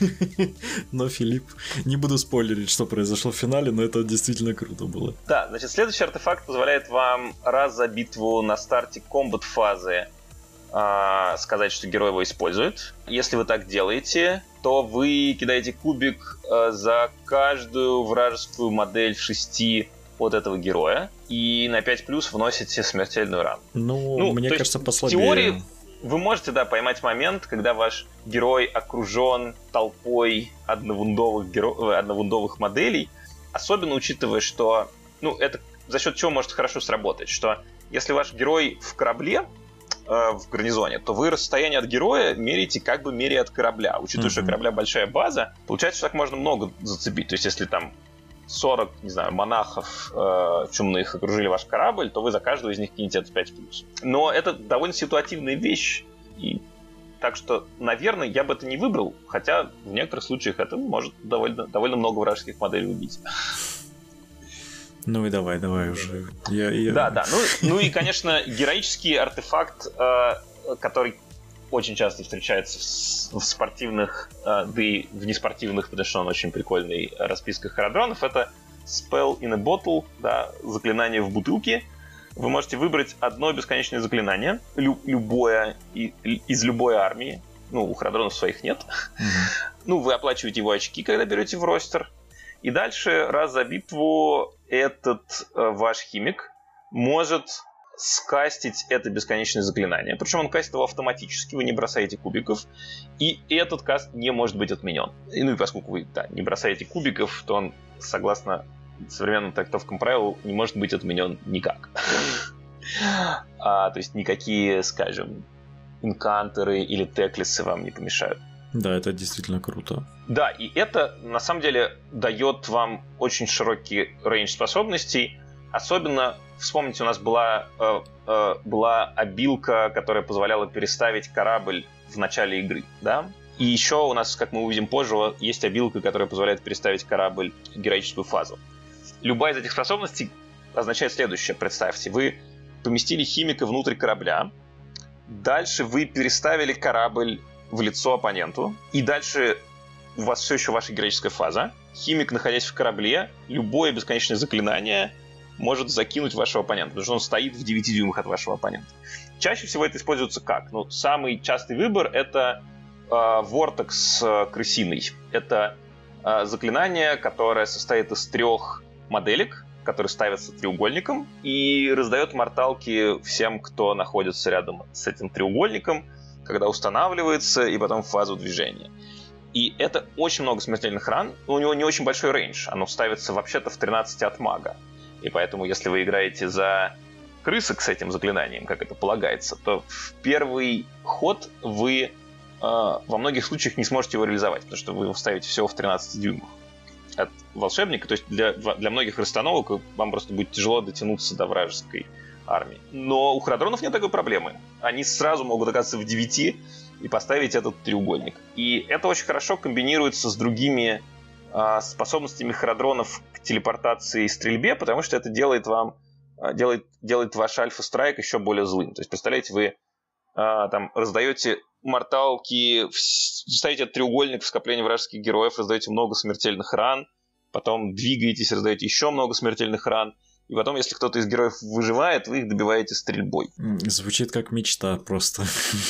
но Филипп... Не буду спойлерить, что произошло в финале, но это действительно круто было. Да, значит, следующий артефакт позволяет вам раз за битву на старте комбат-фазы сказать, что герой его использует. Если вы так делаете, то вы кидаете кубик за каждую вражескую модель в 6 от этого героя и на 5+ вносите смертельную рану. Мне кажется, послабее. В теории вы можете, поймать момент, когда ваш герой окружен толпой одновундовых моделей, особенно учитывая, что это за счет чего может хорошо сработать, что если ваш герой в корабле, в гарнизоне, то вы расстояние от героя меряете как бы меря от корабля. Учитывая, что у корабля большая база, получается, что так можно много зацепить. То есть, если там 40, не знаю, монахов чумных окружили ваш корабль, то вы за каждого из них кинете это 5+. Но это довольно ситуативная вещь, и так что, наверное, я бы это не выбрал, хотя в некоторых случаях это может довольно много вражеских моделей убить. Ну и давай уже. Да. Ну и, конечно, героический артефакт, который очень часто встречается в спортивных, да и в неспортивных, потому что он очень прикольный, расписках харадронов, это Spell in a Bottle, да, заклинание в бутылке. Вы можете выбрать одно бесконечное заклинание, любое, из любой армии. У харадронов своих нет. Вы оплачиваете его очки, когда берете в ростер. И дальше, раз за битву, этот ваш химик может скастить это бесконечное заклинание. Причем он кастит его автоматически, вы не бросаете кубиков, и этот каст не может быть отменен. И поскольку вы не бросаете кубиков, то он, согласно современным трактовкам правил, не может быть отменен никак. То есть никакие, скажем, инкантеры или теклисы вам не помешают. Да, это действительно круто. Да, и это, на самом деле, дает вам очень широкий рейндж способностей. Особенно, вспомните, у нас была обилка, которая позволяла переставить корабль в начале игры, да? И еще у нас, как мы увидим позже, есть обилка, которая позволяет переставить корабль в героическую фазу. Любая из этих способностей означает следующее. Представьте, вы поместили химика внутрь корабля, дальше вы переставили корабль в лицо оппоненту, и дальше у вас все еще ваша героическая фаза. Химик, находясь в корабле, любое бесконечное заклинание может закинуть вашего оппонента, потому что он стоит в 9 дюймах от вашего оппонента. Чаще всего это используется как? Ну, самый частый выбор — это Vortex крысиный. Это заклинание, которое состоит из 3 моделек, которые ставятся треугольником, и раздает морталки всем, кто находится рядом с этим треугольником, когда устанавливается, и потом в фазу движения. И это очень много смертельных ран. У него не очень большой рейндж. Оно ставится вообще-то в 13 от мага. И поэтому, если вы играете за крысок с этим заклинанием, как это полагается, то в первый ход вы во многих случаях не сможете его реализовать, потому что вы его ставите всего в 13 дюймах от волшебника. То есть для многих расстановок вам просто будет тяжело дотянуться до вражеской армии. Но у харадронов нет такой проблемы. Они сразу могут оказаться в 9 и поставить этот треугольник. И это очень хорошо комбинируется с другими способностями харадронов к телепортации и стрельбе, потому что это делает ваш альфа-страйк еще более злым. То есть, представляете, вы там раздаете морталки, ставите треугольник в скоплении вражеских героев, раздаете много смертельных ран, потом двигаетесь, раздаете еще много смертельных ран, и потом, если кто-то из героев выживает, вы их добиваете стрельбой. Звучит как мечта просто.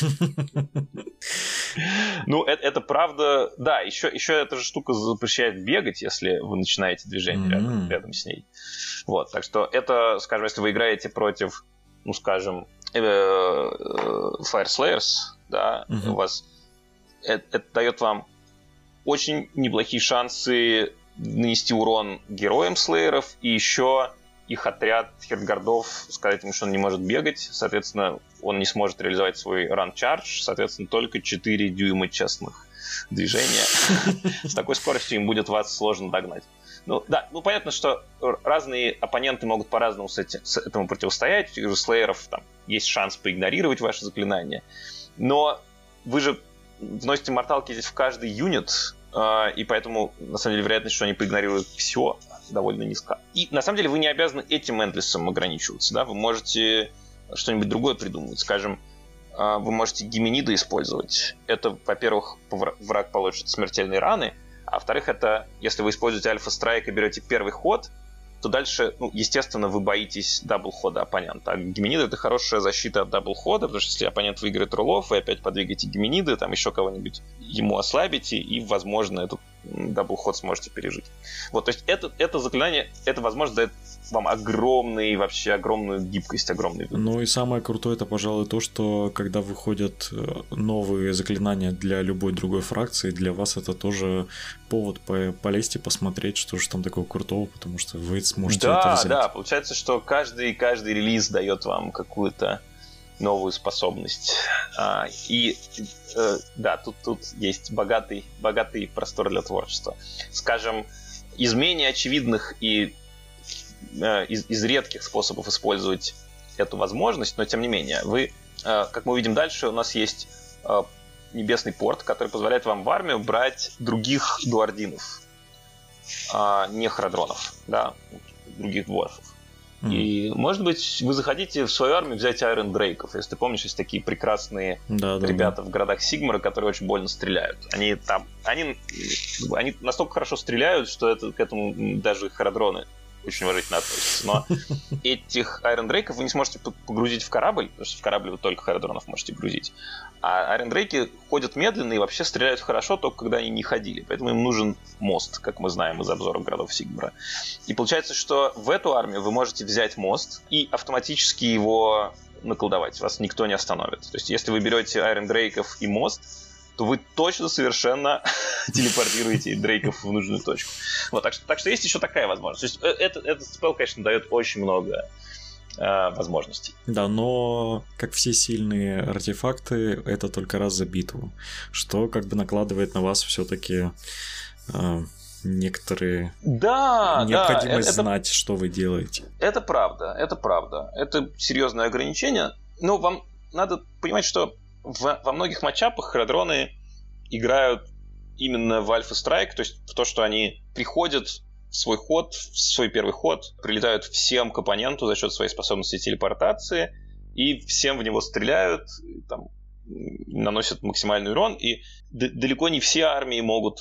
Ну, это правда. Да, еще эта же штука запрещает бегать, если вы начинаете движение рядом с ней. Вот, так что это, скажем, если вы играете против, ну, скажем, Fire Slayers, да, у вас это дает вам очень неплохие шансы нанести урон героям слееров, и еще их отряд хертгардов сказать ему, что он не может бегать, соответственно, он не сможет реализовать свой ран-чардж, соответственно, только 4 дюйма честных движения. С такой скоростью им будет вас сложно догнать. Ну, да, ну понятно, что разные оппоненты могут по-разному с этому противостоять. У слееров там есть шанс поигнорировать ваши заклинания. Но вы же вносите морталки здесь в каждый юнит, и поэтому, на самом деле, вероятность, что они проигнорируют все, довольно низка. И, на самом деле, вы не обязаны этим эндлессом ограничиваться. Да? Вы можете что-нибудь другое придумать. Скажем, вы можете гимениды использовать. Это, во-первых, враг получит смертельные раны, а во-вторых, это, если вы используете альфа-страйк и берете первый ход, то дальше, ну, естественно, вы боитесь дабл-хода оппонента. А гимениды — это хорошая защита от дабл-хода, потому что если оппонент выиграет рулов, вы опять подвигаете гимениды, там еще кого-нибудь ему ослабите, и, возможно, этот дабл-ход сможете пережить. Вот, то есть это заклинание, эта возможность дает вам вообще огромную гибкость, огромный выбор. Ну и самое крутое — это, пожалуй, то, что когда выходят новые заклинания для любой другой фракции, для вас это тоже повод полезть и посмотреть, что же там такого крутого, потому что вы сможете это взять. Да, получается, что каждый релиз дает вам какую-то новую способность. Да, тут есть богатый простор для творчества. Скажем, из менее очевидных и из редких способов использовать эту возможность, но тем не менее, вы, как мы увидим дальше, у нас есть небесный порт, который позволяет вам в армию брать других дуардинов, не харадронов, да, других дворфов. И, может быть, вы захотите в свою армию взять Айрон Дрейков. Если ты помнишь, есть такие прекрасные ребята в городах Сигмара, которые очень больно стреляют. Они настолько хорошо стреляют, что к этому даже харадроны очень уважительно относятся. Но этих Айрон Дрейков вы не сможете погрузить в корабль, потому что в корабль вы только харадронов можете грузить. А Айрон Дрейки ходят медленно и вообще стреляют хорошо, только когда они не ходили. Поэтому им нужен мост, как мы знаем из обзора городов Сигмара. И получается, что в эту армию вы можете взять мост и автоматически его наколдовать. Вас никто не остановит. То есть, если вы берете Айрон Дрейков и мост, то вы точно совершенно телепортируете Дрейков в нужную точку. Вот, так что есть еще такая возможность. То есть этот спелл, конечно, дает очень много возможностей. Да, но как все сильные артефакты, это только раз за битву, что как бы накладывает на вас все-таки некоторые необходимость знать, что вы делаете. Это правда. Это серьезное ограничение, но вам надо понимать, что во многих матчапах харадроны играют именно в альфа-страйк, то есть в то, что они приходят в свой первый ход, прилетают всем к оппоненту за счет своей способности телепортации, и всем в него стреляют, там, наносят максимальный урон, и далеко не все армии могут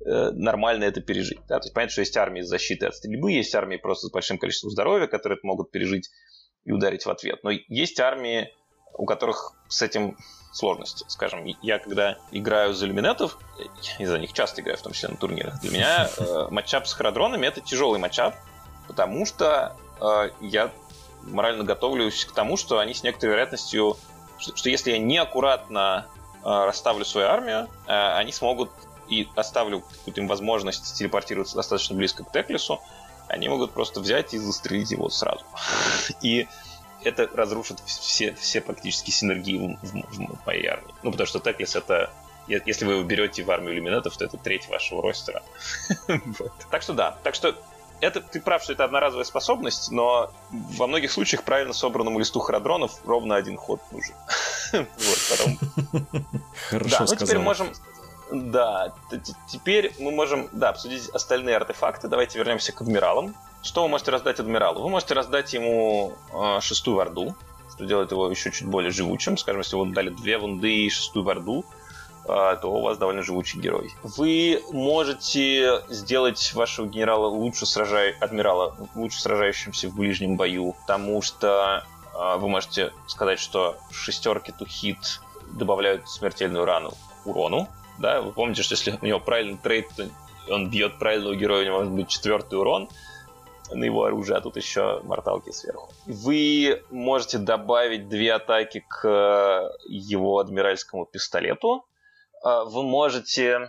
нормально это пережить. Да? То есть понятно, что есть армии с защитой от стрельбы, есть армии просто с большим количеством здоровья, которые это могут пережить и ударить в ответ. Но есть армии, у которых с этим сложности. Скажем, я когда играю за люминетов, я за них часто играю, в том числе на турнирах, для меня матчап с харадронами — это тяжелый матчап, потому что я морально готовлюсь к тому, что они с некоторой вероятностью, что если я неаккуратно расставлю свою армию, они смогут, и оставлю какую-то им возможность телепортироваться достаточно близко к Теклису, они могут просто взять и застрелить его сразу. И это разрушит все практически синергии в моей армии. Ну, потому что Теклис — это... Если вы его берете в армию иллюминатов, то это треть вашего ростера. Так что да. Так что ты прав, что это одноразовая способность, но во многих случаях правильно собранному листу харадронов ровно один ход нужен. Вот, потом... Хорошо сказал. Теперь можем... Да, теперь мы можем обсудить остальные артефакты. Давайте вернемся к адмиралам. Что вы можете раздать адмиралу? Вы можете раздать ему 6-ю варду, что делает его еще чуть более живучим. Скажем, если вы дали 2 вунды и 6-ю варду, то у вас довольно живучий герой. Вы можете сделать вашего генерала адмирала лучше сражающимся в ближнем бою, потому что вы можете сказать, что 6-ки to hit добавляют смертельную рану урону. Да? Вы помните, что если у него правильный трейд, то он бьет правильного героя, у него может быть 4-й урон на его оружие, а тут еще морталки сверху. Вы можете добавить 2 атаки к его адмиральскому пистолету. Вы можете...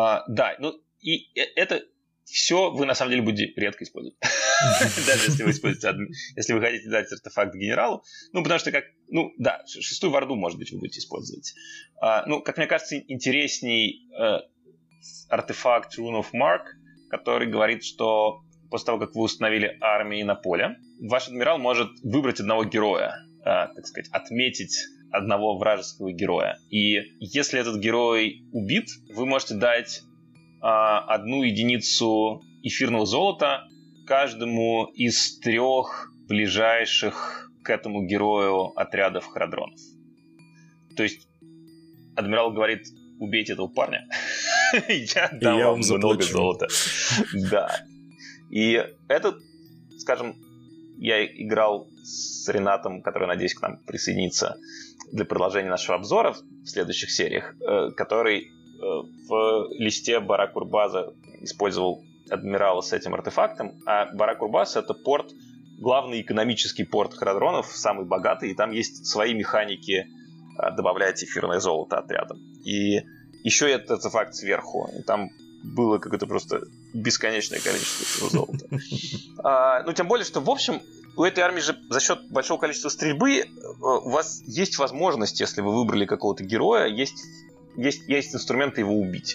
и это все вы на самом деле будете редко использовать. Даже если вы хотите дать артефакт генералу. Ну, потому что 6-ю варду, может быть, вы будете использовать. Как мне кажется, интересней артефакт Rune of Mark, который говорит, что после того, как вы установили армии на поле, ваш адмирал может выбрать одного героя, так сказать, отметить одного вражеского героя. И если этот герой убит, вы можете дать 1 единицу эфирного золота каждому из 3 ближайших к этому герою отрядов харадронов. То есть адмирал говорит: убейте этого парня, я дам вам много золота. Да. И это, скажем, я играл с Ренатом, который, надеюсь, к нам присоединится для продолжения нашего обзора в следующих сериях, который в листе Барак-Урбаза использовал адмирала с этим артефактом. А Барак-Урбаз — это порт, главный экономический порт харадронов, самый богатый, и там есть свои механики добавлять эфирное золото отрядам. И еще этот артефакт сверху, и там было какое-то просто бесконечное количество золота. Тем более, что, в общем, у этой армии же за счет большого количества стрельбы у вас есть возможность, если вы выбрали какого-то героя, есть инструменты его убить.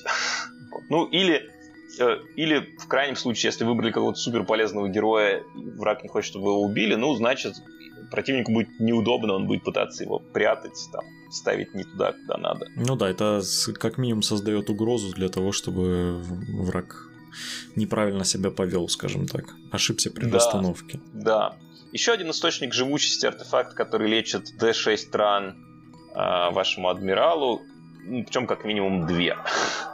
Или в крайнем случае, если выбрали какого-то суперполезного героя, и враг не хочет, чтобы его убили, значит, противнику будет неудобно, он будет пытаться его прятать, ставить не туда, куда надо. Это как минимум создает угрозу для того, чтобы враг неправильно себя повел, скажем так. Ошибся при расстановке. Да. Еще один источник живучести — артефакт, который лечит D6 ран вашему адмиралу, причем как минимум 2.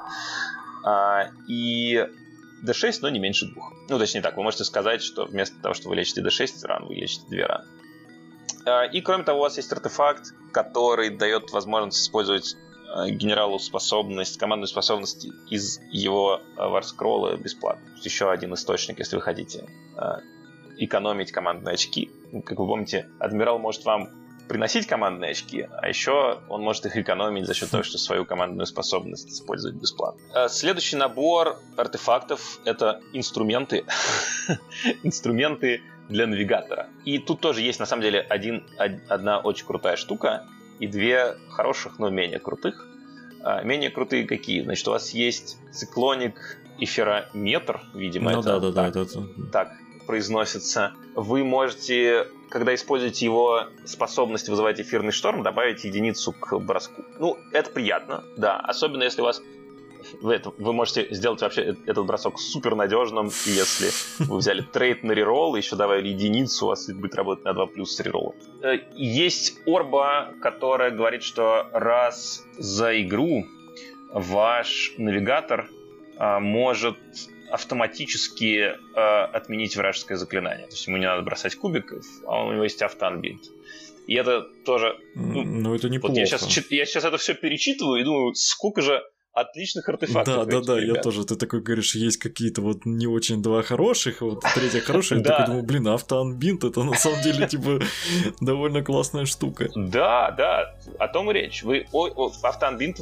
И D6, но не меньше 2. Точнее так, вы можете сказать, что вместо того, что вы лечите D6 ран, вы лечите 2 раны. И кроме того, у вас есть артефакт, который дает возможность использовать генералу командную способность из его варскролла бесплатно. Еще один источник, если вы хотите экономить командные очки. Как вы помните, адмирал может вам приносить командные очки, а еще он может их экономить за счет того, что свою командную способность использовать бесплатно. Следующий набор артефактов — это инструменты. Инструменты для навигатора. И тут тоже есть, на самом деле, одна очень крутая штука и 2 хороших, но менее крутых. Менее крутые какие? Значит, у вас есть циклоник эфирометр, видимо, так произносится. Вы можете, когда используете его способность вызывать эфирный шторм, добавить единицу к броску. Это приятно, да. Особенно если у вас... Вы можете сделать вообще этот бросок супер надежным, и если вы взяли трейд на реролл и еще добавили единицу, у вас будет работать на 2+ с рероллом. Есть орба, которая говорит, что раз за игру ваш навигатор может автоматически отменить вражеское заклинание. То есть ему не надо бросать кубиков, а у него есть автоанбинт. И это тоже... Ну, это неплохо. Вот я сейчас это все перечитываю и думаю, сколько же отличных артефактов. Да, я тоже. Ты такой говоришь, есть какие-то вот не очень два хороших, вот третья хорошая. Я такой думаю, блин, автоанбинт, это на самом деле, типа, довольно классная штука. Да, о том и речь. Автоанбинт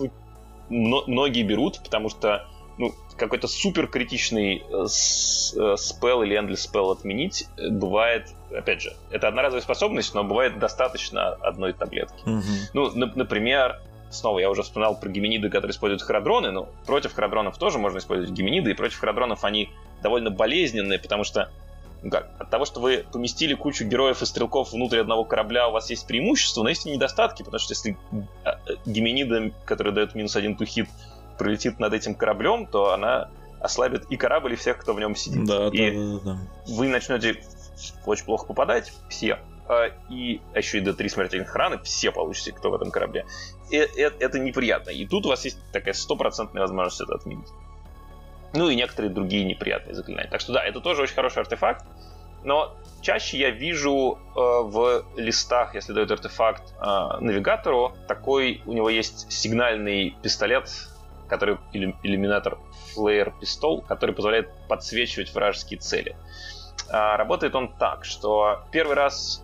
многие берут, потому что какой-то супер критичный спелл или эндлес спелл отменить бывает, опять же, это одноразовая способность, но бывает достаточно одной таблетки. Например, снова я уже вспоминал про геминиды, которые используют харадроны, но против харадронов тоже можно использовать геминиды, и против харадронов они довольно болезненные, потому что от того, что вы поместили кучу героев и стрелков внутрь одного корабля, у вас есть преимущество, но есть и недостатки, потому что если геминида, которая дает -1 to hit, пролетит над этим кораблем, то она ослабит и корабль, и всех, кто в нем сидит. Да. Вы начнете очень плохо попадать, все. И еще и до 3 смертельных раны все получите, кто в этом корабле. Это неприятно. И тут у вас есть такая 100% возможность это отменить. Ну и некоторые другие неприятные заклинания. Так что да, это тоже очень хороший артефакт. Но чаще я вижу в листах, если дают артефакт навигатору, такой у него есть сигнальный пистолет, который иллюминатор Flare Pistol, который позволяет подсвечивать вражеские цели. Работает он так, что первый раз,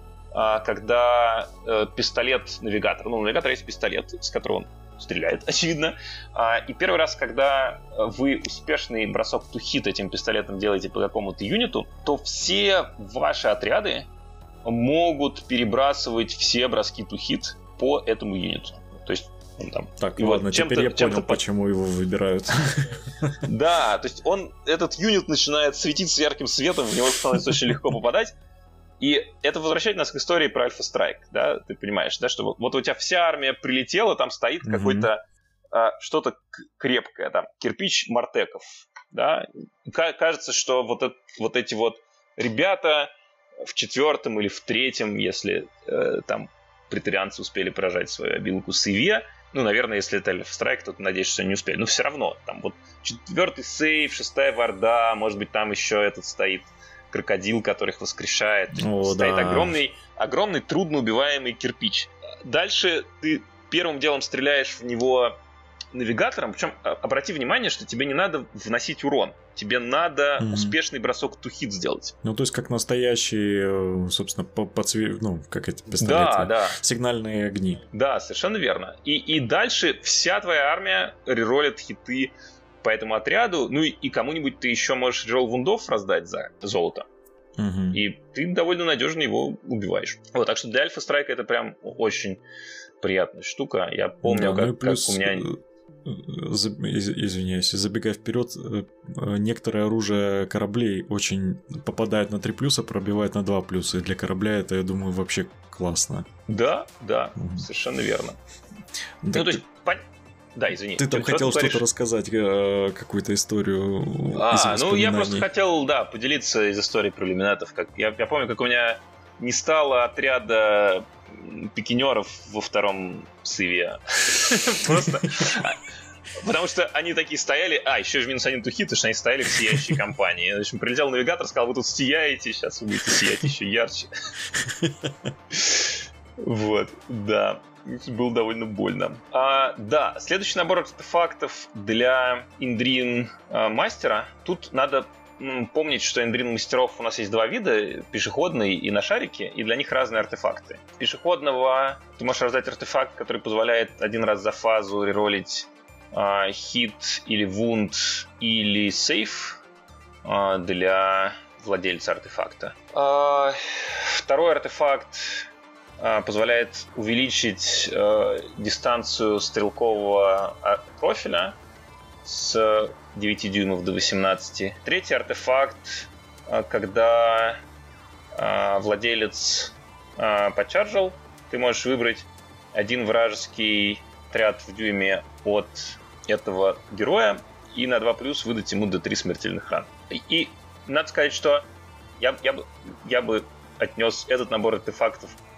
когда пистолет навигатора, у навигатора есть пистолет, с которого он стреляет, очевидно, и первый раз, когда вы успешный бросок to hit этим пистолетом делаете по какому-то юниту, то все ваши отряды могут перебрасывать все броски to hit по этому юниту. То есть там, так, ладно, теперь я понял, почему его выбирают. Да, то есть этот юнит начинает светиться ярким светом, в него становится очень легко попадать. И это возвращает нас к истории про Альфа Страйк, да, ты понимаешь, да, что вот у тебя вся армия прилетела, там стоит какой-то что-то крепкое, там, кирпич мартеков, да, кажется, что вот эти вот ребята в 4-м или в 3-м, если там претарианцы успели поражать свою обилку с Иве, наверное, если это Альфа Страйк, то ты надеешься, что они успели, но все равно, там вот 4-й сейв, 6-я варда, может быть, там еще этот стоит крокодил, который их воскрешает. Стоит огромный трудноубиваемый кирпич. Дальше ты первым делом стреляешь в него навигатором, причем обрати внимание, что тебе не надо вносить урон. Тебе надо успешный бросок to hit сделать. То есть как настоящие, собственно, как эти пистолеты. Да. Сигнальные огни. Да, совершенно верно. И дальше вся твоя армия реролит хиты по этому отряду, и кому-нибудь ты еще можешь рерол вундов раздать за золото. И ты довольно надежно его убиваешь. Вот, так что для Альфа Страйка это прям очень приятная штука. Я помню, как у меня... Извиняюсь, забегая вперед, некоторое оружие кораблей очень попадает на 3+, пробивает на 2+. И для корабля это, я думаю, вообще классно. Да, совершенно верно. То есть... Да, извини. Ты там хотел что-то рассказать, какую-то историю из воспоминаний. Я просто хотел, поделиться из истории про иллюминатов. Я помню, как у меня не стало отряда пикинеров во 2-м сейве. Просто... Потому что они такие стояли... еще же -1 to hit, что они стояли в сияющей компании. В общем, прилетел навигатор, сказал, вы тут сияете, сейчас вы будете сиять еще ярче. Вот, да. Было довольно больно. Следующий набор артефактов для Индрин мастера. Тут надо помнить, что Индрин мастеров у нас есть 2 вида, пешеходный и на шарике, и для них разные артефакты. Пешеходного ты можешь раздать артефакт, который позволяет один раз за фазу реролить хит или вунд или сейф для владельца артефакта. Второй артефакт позволяет увеличить дистанцию стрелкового профиля с 9 дюймов до 18. Третий артефакт, когда владелец почаржил, ты можешь выбрать один вражеский отряд в дюйме от этого героя и на 2+ выдать ему до 3 смертельных ран. И надо сказать, что я бы отнес этот набор артефактов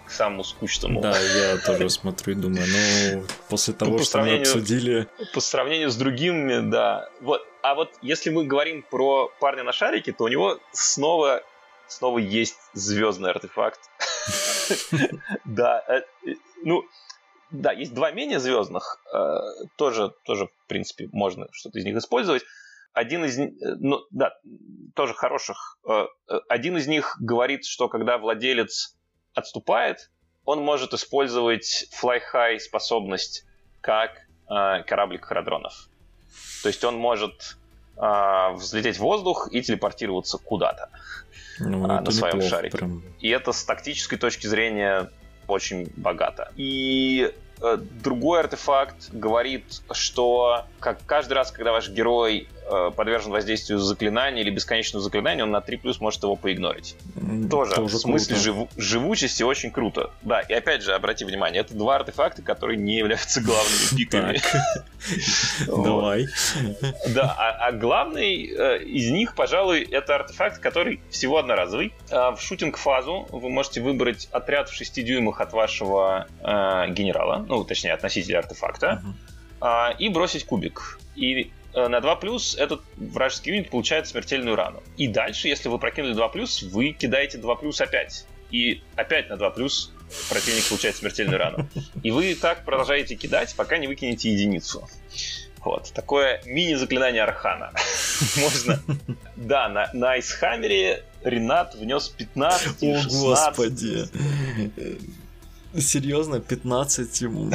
к самому скучному. Да, я тоже смотрю и думаю, после того, что мы обсудили... По сравнению с другими, да. Вот. А вот если мы говорим про парня на шарике, то у него снова есть звездный артефакт. Да, да, есть два менее звездных. Тоже, в принципе, можно что-то из них использовать. Один из них, да, тоже хороших. Один из них говорит, что когда владелец отступает, он может использовать fly-high способность как кораблик харадронов. То есть он может взлететь в воздух и телепортироваться куда-то на своем шарике. Прям. И это с тактической точки зрения очень богато. И другой артефакт говорит, что каждый раз, когда ваш герой подвержен воздействию заклинания или бесконечного заклинания, он на 3+, может его поигнорить. Тоже в смысле живучести очень круто. Да, и опять же, обрати внимание, это два артефакта, которые не являются главными пиками. Давай. Да, а главный из них, пожалуй, это артефакт, который всего одноразовый. В шутинг-фазу вы можете выбрать отряд в 6 дюймах от вашего генерала, точнее, от носителя артефакта, и бросить кубик. И на 2+, этот вражеский юнит получает смертельную рану. И дальше, если вы прокинули 2+, вы кидаете 2+ опять. И опять на 2+, противник получает смертельную рану. И вы так продолжаете кидать, пока не выкинете единицу. Вот. Такое мини-заклинание Архана. Можно... Да, на Айсхаммере Ренат внес 15 или 16. О, господи. Серьезно, 15 ему?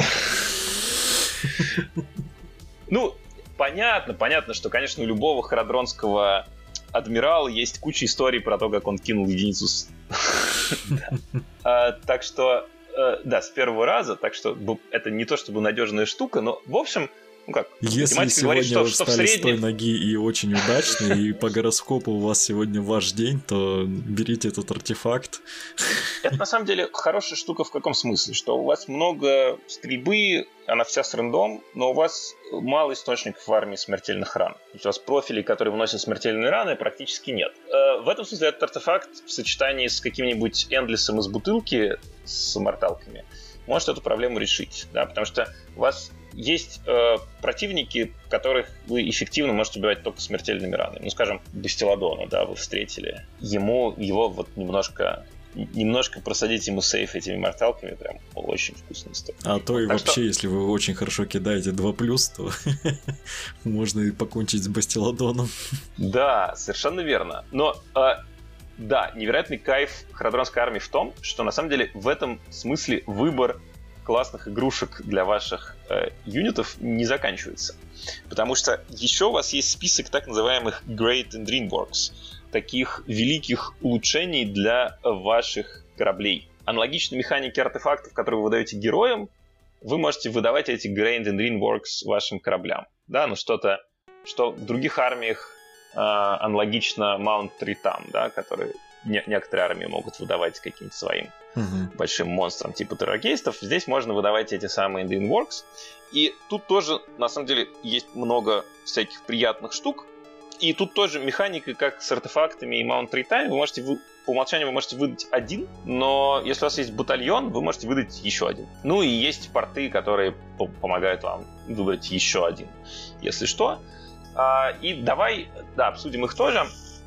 Понятно, что, конечно, у любого харадронского адмирала есть куча историй про то, как он кинул единицу. Так что, да, с первого раза, так что это не то чтобы надежная штука, но, в общем, если сегодня вы встали с той ноги и очень удачно, и по гороскопу у вас сегодня ваш день, то берите этот артефакт. Это на самом деле хорошая штука в каком смысле? Что у вас много стрельбы, она вся с рандом, но у вас мало источников в армии смертельных ран. То есть у вас профилей, которые выносят смертельные раны, практически нет. В этом смысле этот артефакт в сочетании с каким-нибудь эндлисом из бутылки с морталками может эту проблему решить. Да? Потому что у вас есть противники, которых вы эффективно можете убивать только смертельными ранами. Скажем, Бастиладона, да, вы встретили. Его вот немножко просадить ему сейф этими морталками прям очень вкусно стоит. А то и вообще, если вы очень хорошо кидаете 2+, то можно и покончить с Бастиладоном. Да, совершенно верно. Но да, невероятный кайф харадронской армии в том, что на самом деле в этом смысле выбор классных игрушек для ваших юнитов не заканчивается. Потому что еще у вас есть список так называемых Great and Dreamworks, таких великих улучшений для ваших кораблей. Аналогично механике артефактов, которые вы выдаете героям, вы можете выдавать эти Great and Dreamworks вашим кораблям. Да, что-то, что в других армиях аналогично Mount Tritam, да, которые некоторые армии могут выдавать каким-то своим большим монстрам типа терроргейстов. Здесь можно выдавать эти самые Dreamworks. И тут тоже, на самом деле, есть много всяких приятных штук. И тут тоже механика, как с артефактами и Mount Tritam, по умолчанию вы можете выдать один, но если у вас есть батальон, вы можете выдать еще один. И есть порты, которые помогают вам выбрать еще один, если что. И давай, обсудим их тоже.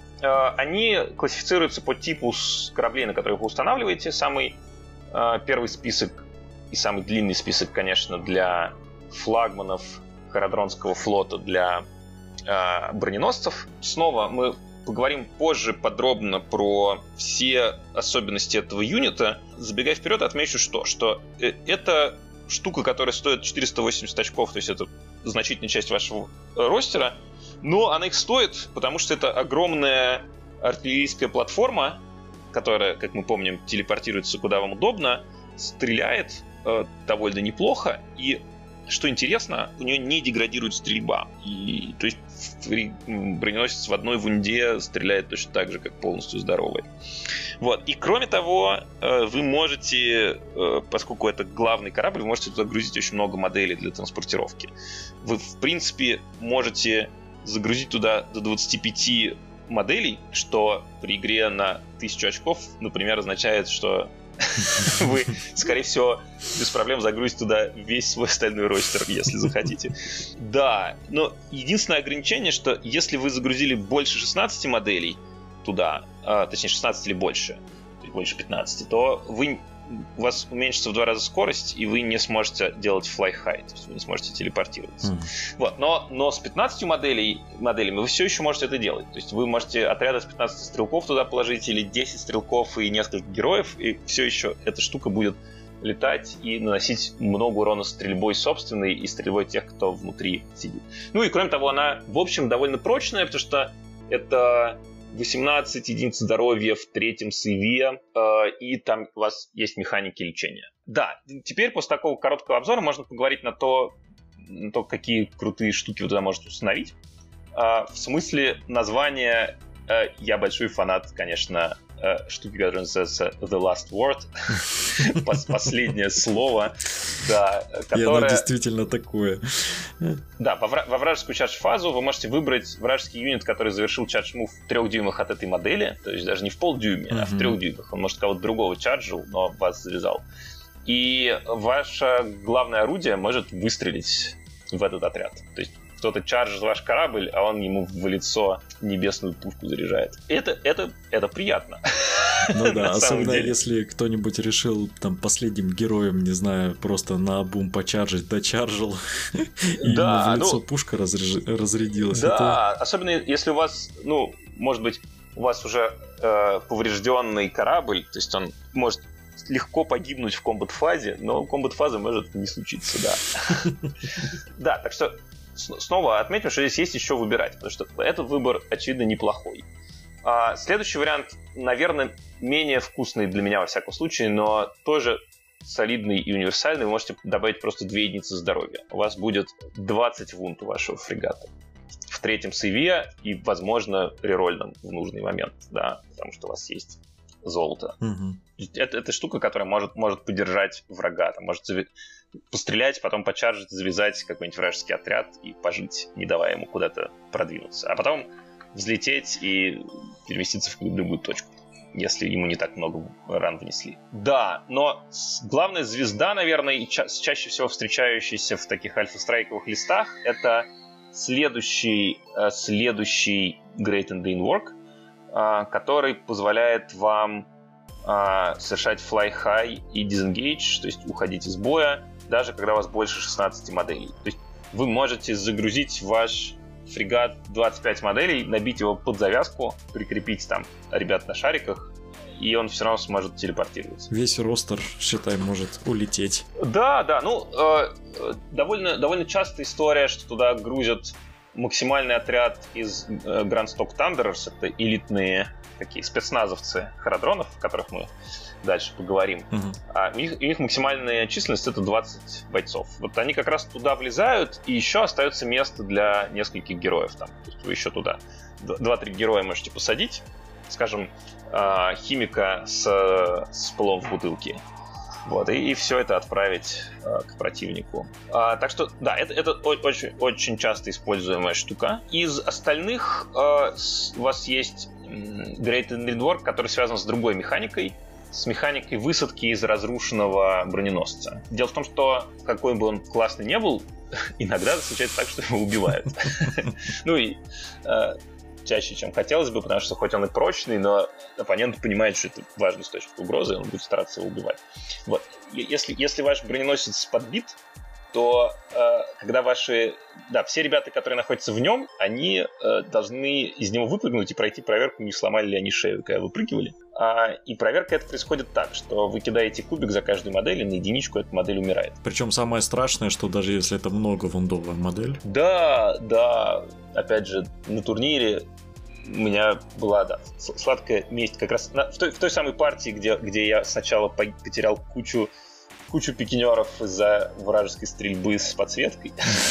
Они классифицируются по типу кораблей, на которых вы устанавливаете. Самый первый список и самый длинный список, конечно, для флагманов харадронского флота, для броненосцев. Снова мы поговорим позже подробно про все особенности этого юнита. Забегая вперед, отмечу, что это штука, которая стоит 480 очков, то есть это значительная часть вашего ростера, но она их стоит, потому что это огромная артиллерийская платформа, которая, как мы помним, телепортируется куда вам удобно, стреляет довольно неплохо, и, что интересно, у нее не деградирует стрельба. И, то есть броненосец в одной вунде стреляет точно так же, как полностью здоровый. Вот. И кроме того, вы можете, поскольку это главный корабль, вы можете туда грузить очень много моделей для транспортировки. Вы, в принципе, можете загрузить туда до 25 моделей, что при игре на 1000 очков, например, означает, что Вы, скорее всего, без проблем загрузите туда весь свой остальной ростер, если захотите. Да, но единственное ограничение, что если вы загрузили больше 16 моделей туда, точнее 16 или больше, то есть больше 15, то у вас уменьшится в 2 раза скорость, и вы не сможете делать fly high, то есть вы не сможете телепортироваться. Вот. Но с 15 моделями вы все еще можете это делать. То есть вы можете отряд из 15 стрелков туда положить, или 10 стрелков и несколько героев, и все еще эта штука будет летать и наносить много урона стрельбой собственной и стрельбой тех, кто внутри сидит. Ну и кроме того, она, в общем, довольно прочная, потому что это 18 единиц здоровья в 3-м сейве, и там у вас есть механики лечения. Да, теперь после такого короткого обзора можно поговорить на то, какие крутые штуки вы туда можете установить. В смысле названия я большой фанат, конечно, штуки, которая называется The Last Word. Последнее слово. Да, которое... И оно действительно такое. Да, во вражескую чардж-фазу вы можете выбрать вражеский юнит, который завершил чардж-мув в 3 дюймах от этой модели. То есть даже не в полдюйме, а в 3 дюймах. Он, может, кого-то другого чарджил, но вас завязал. И ваше главное орудие может выстрелить в этот отряд. То есть кто-то чаржит ваш корабль, а он ему в лицо небесную пушку заряжает. Это приятно. Ну да, особенно если кто-нибудь решил там последним героем, не знаю, просто наобум почаржить, дочаржил, и ему в лицо пушка разрядилась. Да, особенно если у вас, может быть, у вас уже поврежденный корабль, то есть он может легко погибнуть в комбат-фазе, но комбат-фаза может не случиться, да. Да, так что снова отметим, что здесь есть еще выбирать, потому что этот выбор, очевидно, неплохой. Следующий вариант, наверное, менее вкусный для меня, во всяком случае, но тоже солидный и универсальный. Вы можете добавить просто 2 единицы здоровья. У вас будет 20 вунд у вашего фрегата в 3-м сейве и, возможно, рерольном в нужный момент, да, потому что у вас есть золото. Это штука, которая может поддержать врага, там, может пострелять, потом почаржить, завязать какой-нибудь вражеский отряд и пожить, не давая ему куда-то продвинуться. А потом взлететь и переместиться в другую точку, если ему не так много ран внесли. Да, но главная звезда, наверное, и чаще всего встречающаяся в таких альфа-страйковых листах, это следующий Great Endane Work, который позволяет вам совершать fly high и disengage, то есть уходить из боя, даже когда у вас больше 16 моделей. То есть вы можете загрузить ваш фрегат 25 моделей, набить его под завязку, прикрепить там ребят на шариках, и он все равно сможет телепортироваться. Весь ростер, считай, может улететь. Да, довольно частая история, что туда грузят максимальный отряд из Grand Stock Thunderers, это элитные такие спецназовцы харадронов, о которых мы дальше поговорим. А у них максимальная численность — это 20 бойцов. Вот они как раз туда влезают, и еще остается место для нескольких героев там. То есть вы еще туда 2-3 героя можете посадить, скажем, химика с пылом в бутылке. Вот, и все это отправить к противнику. Так что, да, это очень, очень часто используемая штука. Из остальных у вас есть Great Endane Work, который связан с другой механикой, с механикой высадки из разрушенного броненосца. Дело в том, что какой бы он классный не был, иногда случается так, что его убивают. Ну и чаще, чем хотелось бы, потому что хоть он и прочный, но оппонент понимает, что это важный источник угрозы, и он будет стараться его убивать. Вот. Если ваш броненосец подбит, то когда все ребята, которые находятся в нем, они должны из него выпрыгнуть и пройти проверку, не сломали ли они шею, когда выпрыгивали. И проверка эта происходит так, что вы кидаете кубик за каждую модель, и на единичку эта модель умирает. Причем самое страшное, что даже если это многовундовая модель. Да, опять же, на турнире у меня была, сладкая месть как раз в той самой партии, где я сначала потерял кучу пикинеров из-за вражеской стрельбы с подсветкой.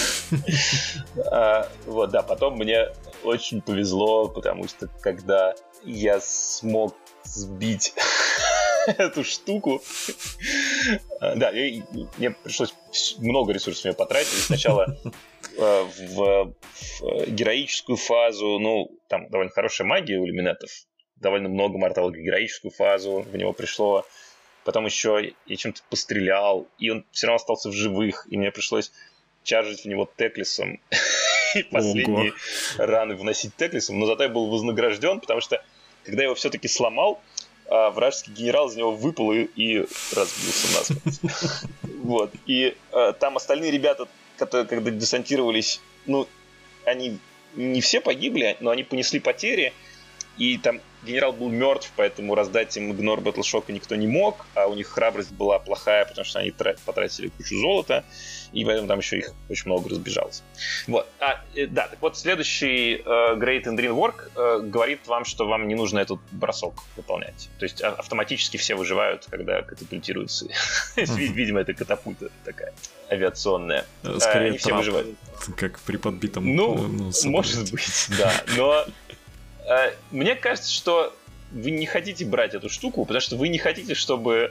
Вот, да, потом мне очень повезло, потому что когда я смог сбить эту штуку, да, мне пришлось много ресурсов мне потратить. Сначала в героическую фазу, там довольно хорошая магия у иллюминатов, довольно много морталок в героическую фазу, в него пришло потом еще я чем-то пострелял, и он все равно остался в живых, и мне пришлось чаржить в него теклисом и последние раны вносить теклисом, но зато я был вознагражден, потому что когда я его все-таки сломал, вражеский генерал из него выпал и разбился насмерть. Вот. И там остальные ребята, которые когда десантировались, ну, они не все погибли, но они понесли потери, и там генерал был мертв, поэтому раздать им игнор Battleshock никто не мог, а у них храбрость была плохая, потому что они потратили кучу золота, и поэтому там еще их очень много разбежалось. Вот. Да, так вот, следующий Great Endrin Work говорит вам, что вам не нужно этот бросок выполнять. То есть автоматически все выживают, когда катапультируются. Видимо, это катапульта такая авиационная. Скорее, они все выживают. Как при подбитом... Ну, может быть, да. Но мне кажется, что вы не хотите брать эту штуку, потому что вы не хотите, чтобы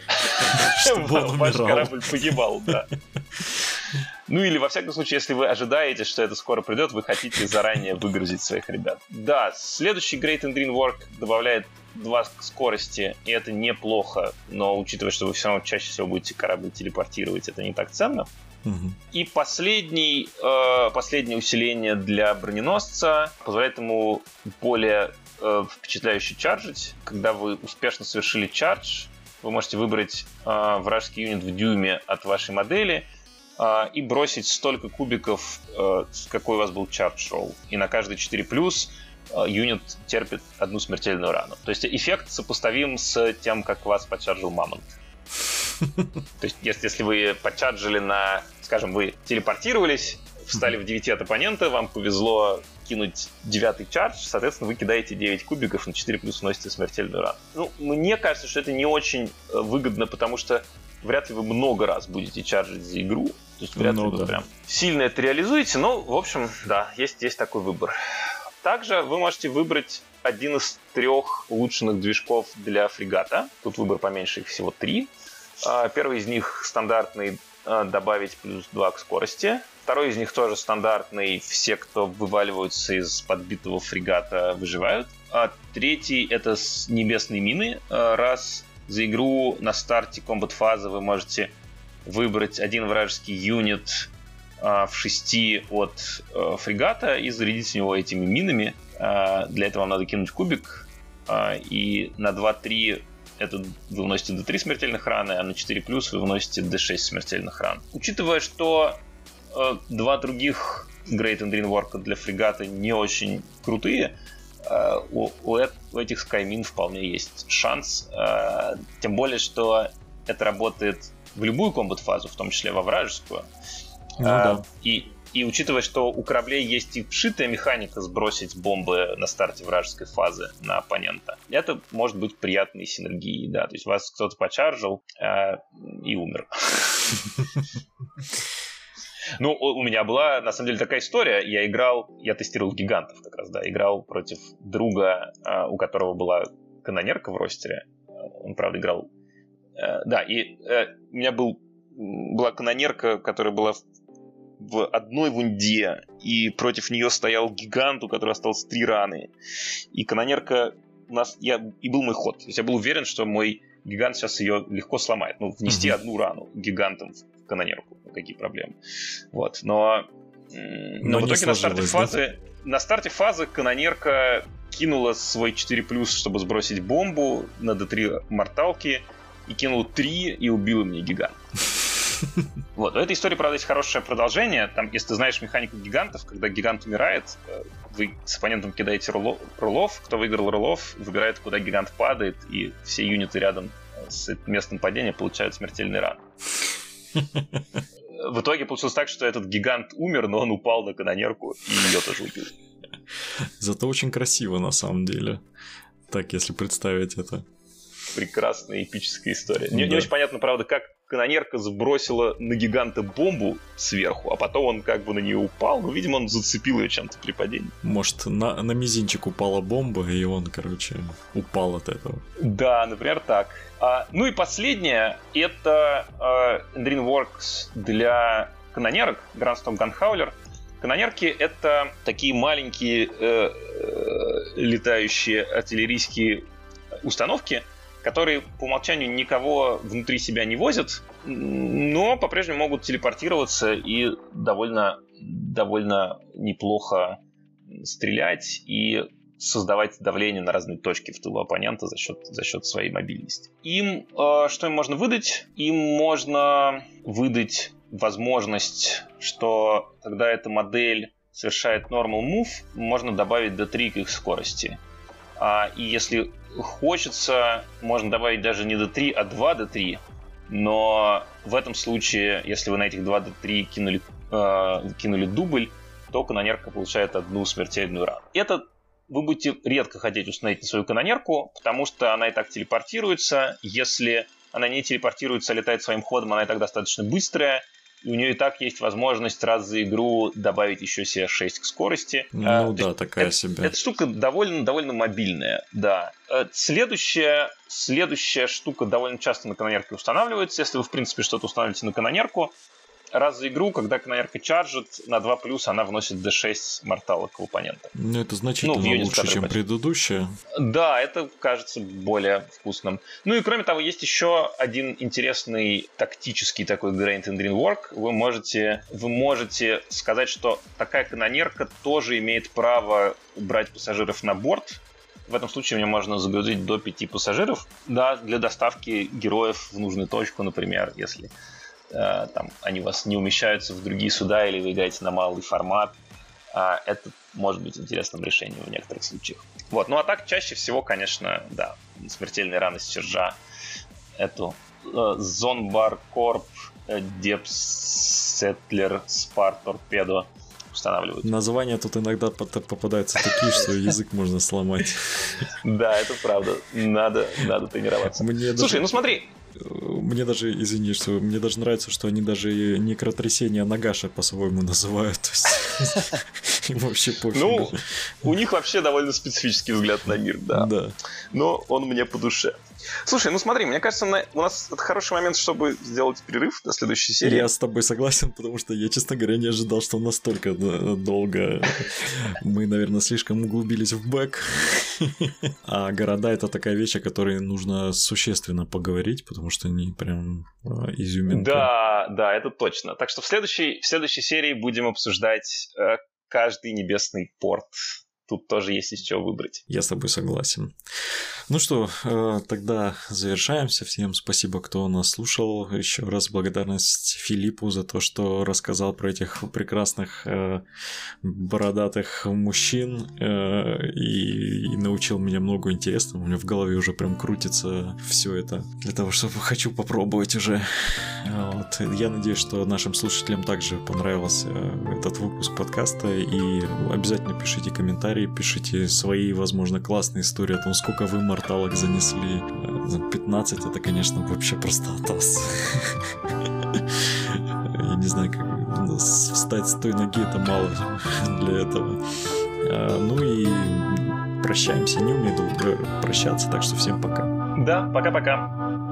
ваш корабль погибал. Да. Ну или, во всяком случае, если вы ожидаете, что это скоро придет, вы хотите заранее выгрузить своих ребят. Да, следующий Great Endrin Work добавляет 2 скорости, и это неплохо, но учитывая, что вы все равно чаще всего будете корабль телепортировать, это не так ценно. И последнее усиление для броненосца позволяет ему более впечатляюще чаржить. Когда вы успешно совершили чардж, вы можете выбрать вражеский юнит в дюйме от вашей модели и бросить столько кубиков, какой у вас был чардж ролл. И на каждый 4+, юнит терпит 1 смертельную рану. То есть эффект сопоставим с тем, как вас почаржил Мамонт. То есть, если вы почарджили скажем, вы телепортировались, встали в 9 от оппонента, вам повезло кинуть 9-й чардж, соответственно, вы кидаете 9 кубиков, на 4+ носите смертельную рану. Ну, мне кажется, что это не очень выгодно, потому что вряд ли вы много раз будете чарджить за игру. То есть вряд ли вы прям сильно это реализуете, но, в общем, да, есть такой выбор. Также вы можете выбрать один из 3 улучшенных движков для фрегата. Тут выбор поменьше, их всего 3. Первый из них стандартный, добавить +2 к скорости. Второй из них тоже стандартный, все, кто вываливаются из подбитого фрегата, выживают. А третий — это небесные мины. Раз за игру на старте комбат-фазы вы можете выбрать один вражеский юнит в 6 от фрегата и зарядить в него этими минами. Для этого вам надо кинуть кубик, и на 2-3 это вы вносите до 3 смертельных раны, а на 4+ вы вносите до 6 смертельных ран. Учитывая, что 2 других Great Endrin Work для фрегата не очень крутые, у этих Skymin вполне есть шанс. Тем более, что это работает в любую комбат-фазу, в том числе во вражескую. И учитывая, что у кораблей есть и вшитая механика сбросить бомбы на старте вражеской фазы на оппонента, это может быть приятной синергией, да. То есть вас кто-то почаржил и умер. Ну, у меня была, на самом деле, такая история. Я тестировал гигантов как раз, да. Играл против друга, у которого была канонерка в ростере. Он, правда, играл... Да, и у меня была канонерка, которая была в одной вунде, и против нее стоял гигант, у которого осталось 3 раны. И канонерка и был мой ход. То есть я был уверен, что мой гигант сейчас ее легко сломает. Ну, внести 1 рану гигантом в канонерку. Ну, какие проблемы. Вот. Но в итоге на старте фазы канонерка кинула свой 4+, чтобы сбросить бомбу на D3 морталки, и кинула 3 и убила мне гигант. Вот. У этой истории, правда, есть хорошее продолжение. Там, если ты знаешь механику гигантов, когда гигант умирает, вы с оппонентом кидаете рулов. Кто выиграл рулов, выбирает, куда гигант падает, и все юниты рядом с местом падения получают смертельный ран. В итоге получилось так, что этот гигант умер, но он упал на канонерку, и ее тоже убил. Зато очень красиво, на самом деле. Так, если представить это. Прекрасная эпическая история. Не очень понятно, правда, как канонерка сбросила на гиганта бомбу сверху, а потом он как бы на нее упал. Ну, видимо, он зацепил ее чем-то при падении. Может, на мизинчик упала бомба, и он, упал от этого. Да, например, так. Ну и последнее, это Endrin Works для канонерок, Грандсток Ганхаулер. Канонерки — это такие маленькие летающие артиллерийские установки, которые по умолчанию никого внутри себя не возят, но по-прежнему могут телепортироваться и довольно неплохо стрелять и создавать давление на разные точки в тылу оппонента за счет своей мобильности. Что им можно выдать? Им можно выдать возможность, что когда эта модель совершает normal move, можно добавить d3 к их скорости. И если хочется, можно добавить даже не d3, а 2d3. Но в этом случае, если вы на этих 2d3 кинули дубль, то канонерка получает одну смертельную рану. Это вы будете редко хотеть установить на свою канонерку, потому что она и так телепортируется. Если она не телепортируется, а летает своим ходом, она и так достаточно быстрая. И у нее и так есть возможность раз за игру добавить еще себе 6 к скорости. Такая себе. Эта штука довольно мобильная, да. Следующая штука довольно часто на канонерке устанавливается. Если вы, в принципе, что-то устанавливаете на канонерку, раз за игру, когда канонерка чаржит, на 2+, она вносит d6 морталок в оппонента. Это значительно лучше, чем предыдущая. Да, это кажется более вкусным. И кроме того, есть еще один интересный тактический такой Grained and Green Work. Вы можете сказать, что такая канонерка тоже имеет право брать пассажиров на борт. В этом случае мне можно загрузить до 5 пассажиров, да, для доставки героев в нужную точку, например, если они у вас не умещаются в другие суда или вы играете на малый формат. Это может быть интересным решением в некоторых случаях. А так чаще всего, конечно, да, смертельная рана с чержа. Эту Зонбар Корп, Депс Сетлер, Спар Торпедо устанавливают. Названия тут иногда попадаются такие, что язык можно сломать. Да, это правда. Надо тренироваться. Слушай, смотри. Мне даже, извини, что мне даже нравится, что они даже некротрясение Нагаша по-своему называют. То есть им вообще пофиг. У них вообще довольно специфический взгляд на мир, да. Но он мне по душе. Слушай, смотри, мне кажется, у нас это хороший момент, чтобы сделать перерыв до следующей серии. Я с тобой согласен, потому что я, честно говоря, не ожидал, что настолько долго. Мы, наверное, слишком углубились в бэк. А города — это такая вещь, о которой нужно существенно поговорить, потому что они прям изюминка. Да, это точно. Так что в следующей серии будем обсуждать каждый небесный порт. Тут тоже есть из чего выбрать. Я с тобой согласен. Ну что, тогда завершаемся. Всем спасибо, кто нас слушал. Еще раз благодарность Филиппу за то, что рассказал про этих прекрасных бородатых мужчин и научил меня много интересного. У меня в голове уже прям крутится все это для того, чтобы хочу попробовать уже. Я надеюсь, что нашим слушателям также понравился этот выпуск подкаста. И обязательно пишите комментарии, пишите свои, возможно, классные истории о том, сколько вы морталок занесли. 15 — это, конечно, вообще просто атас. Я не знаю, как встать с той ноги — это мало для этого. И прощаемся. Не умею долго прощаться, так что всем пока. Да, пока-пока.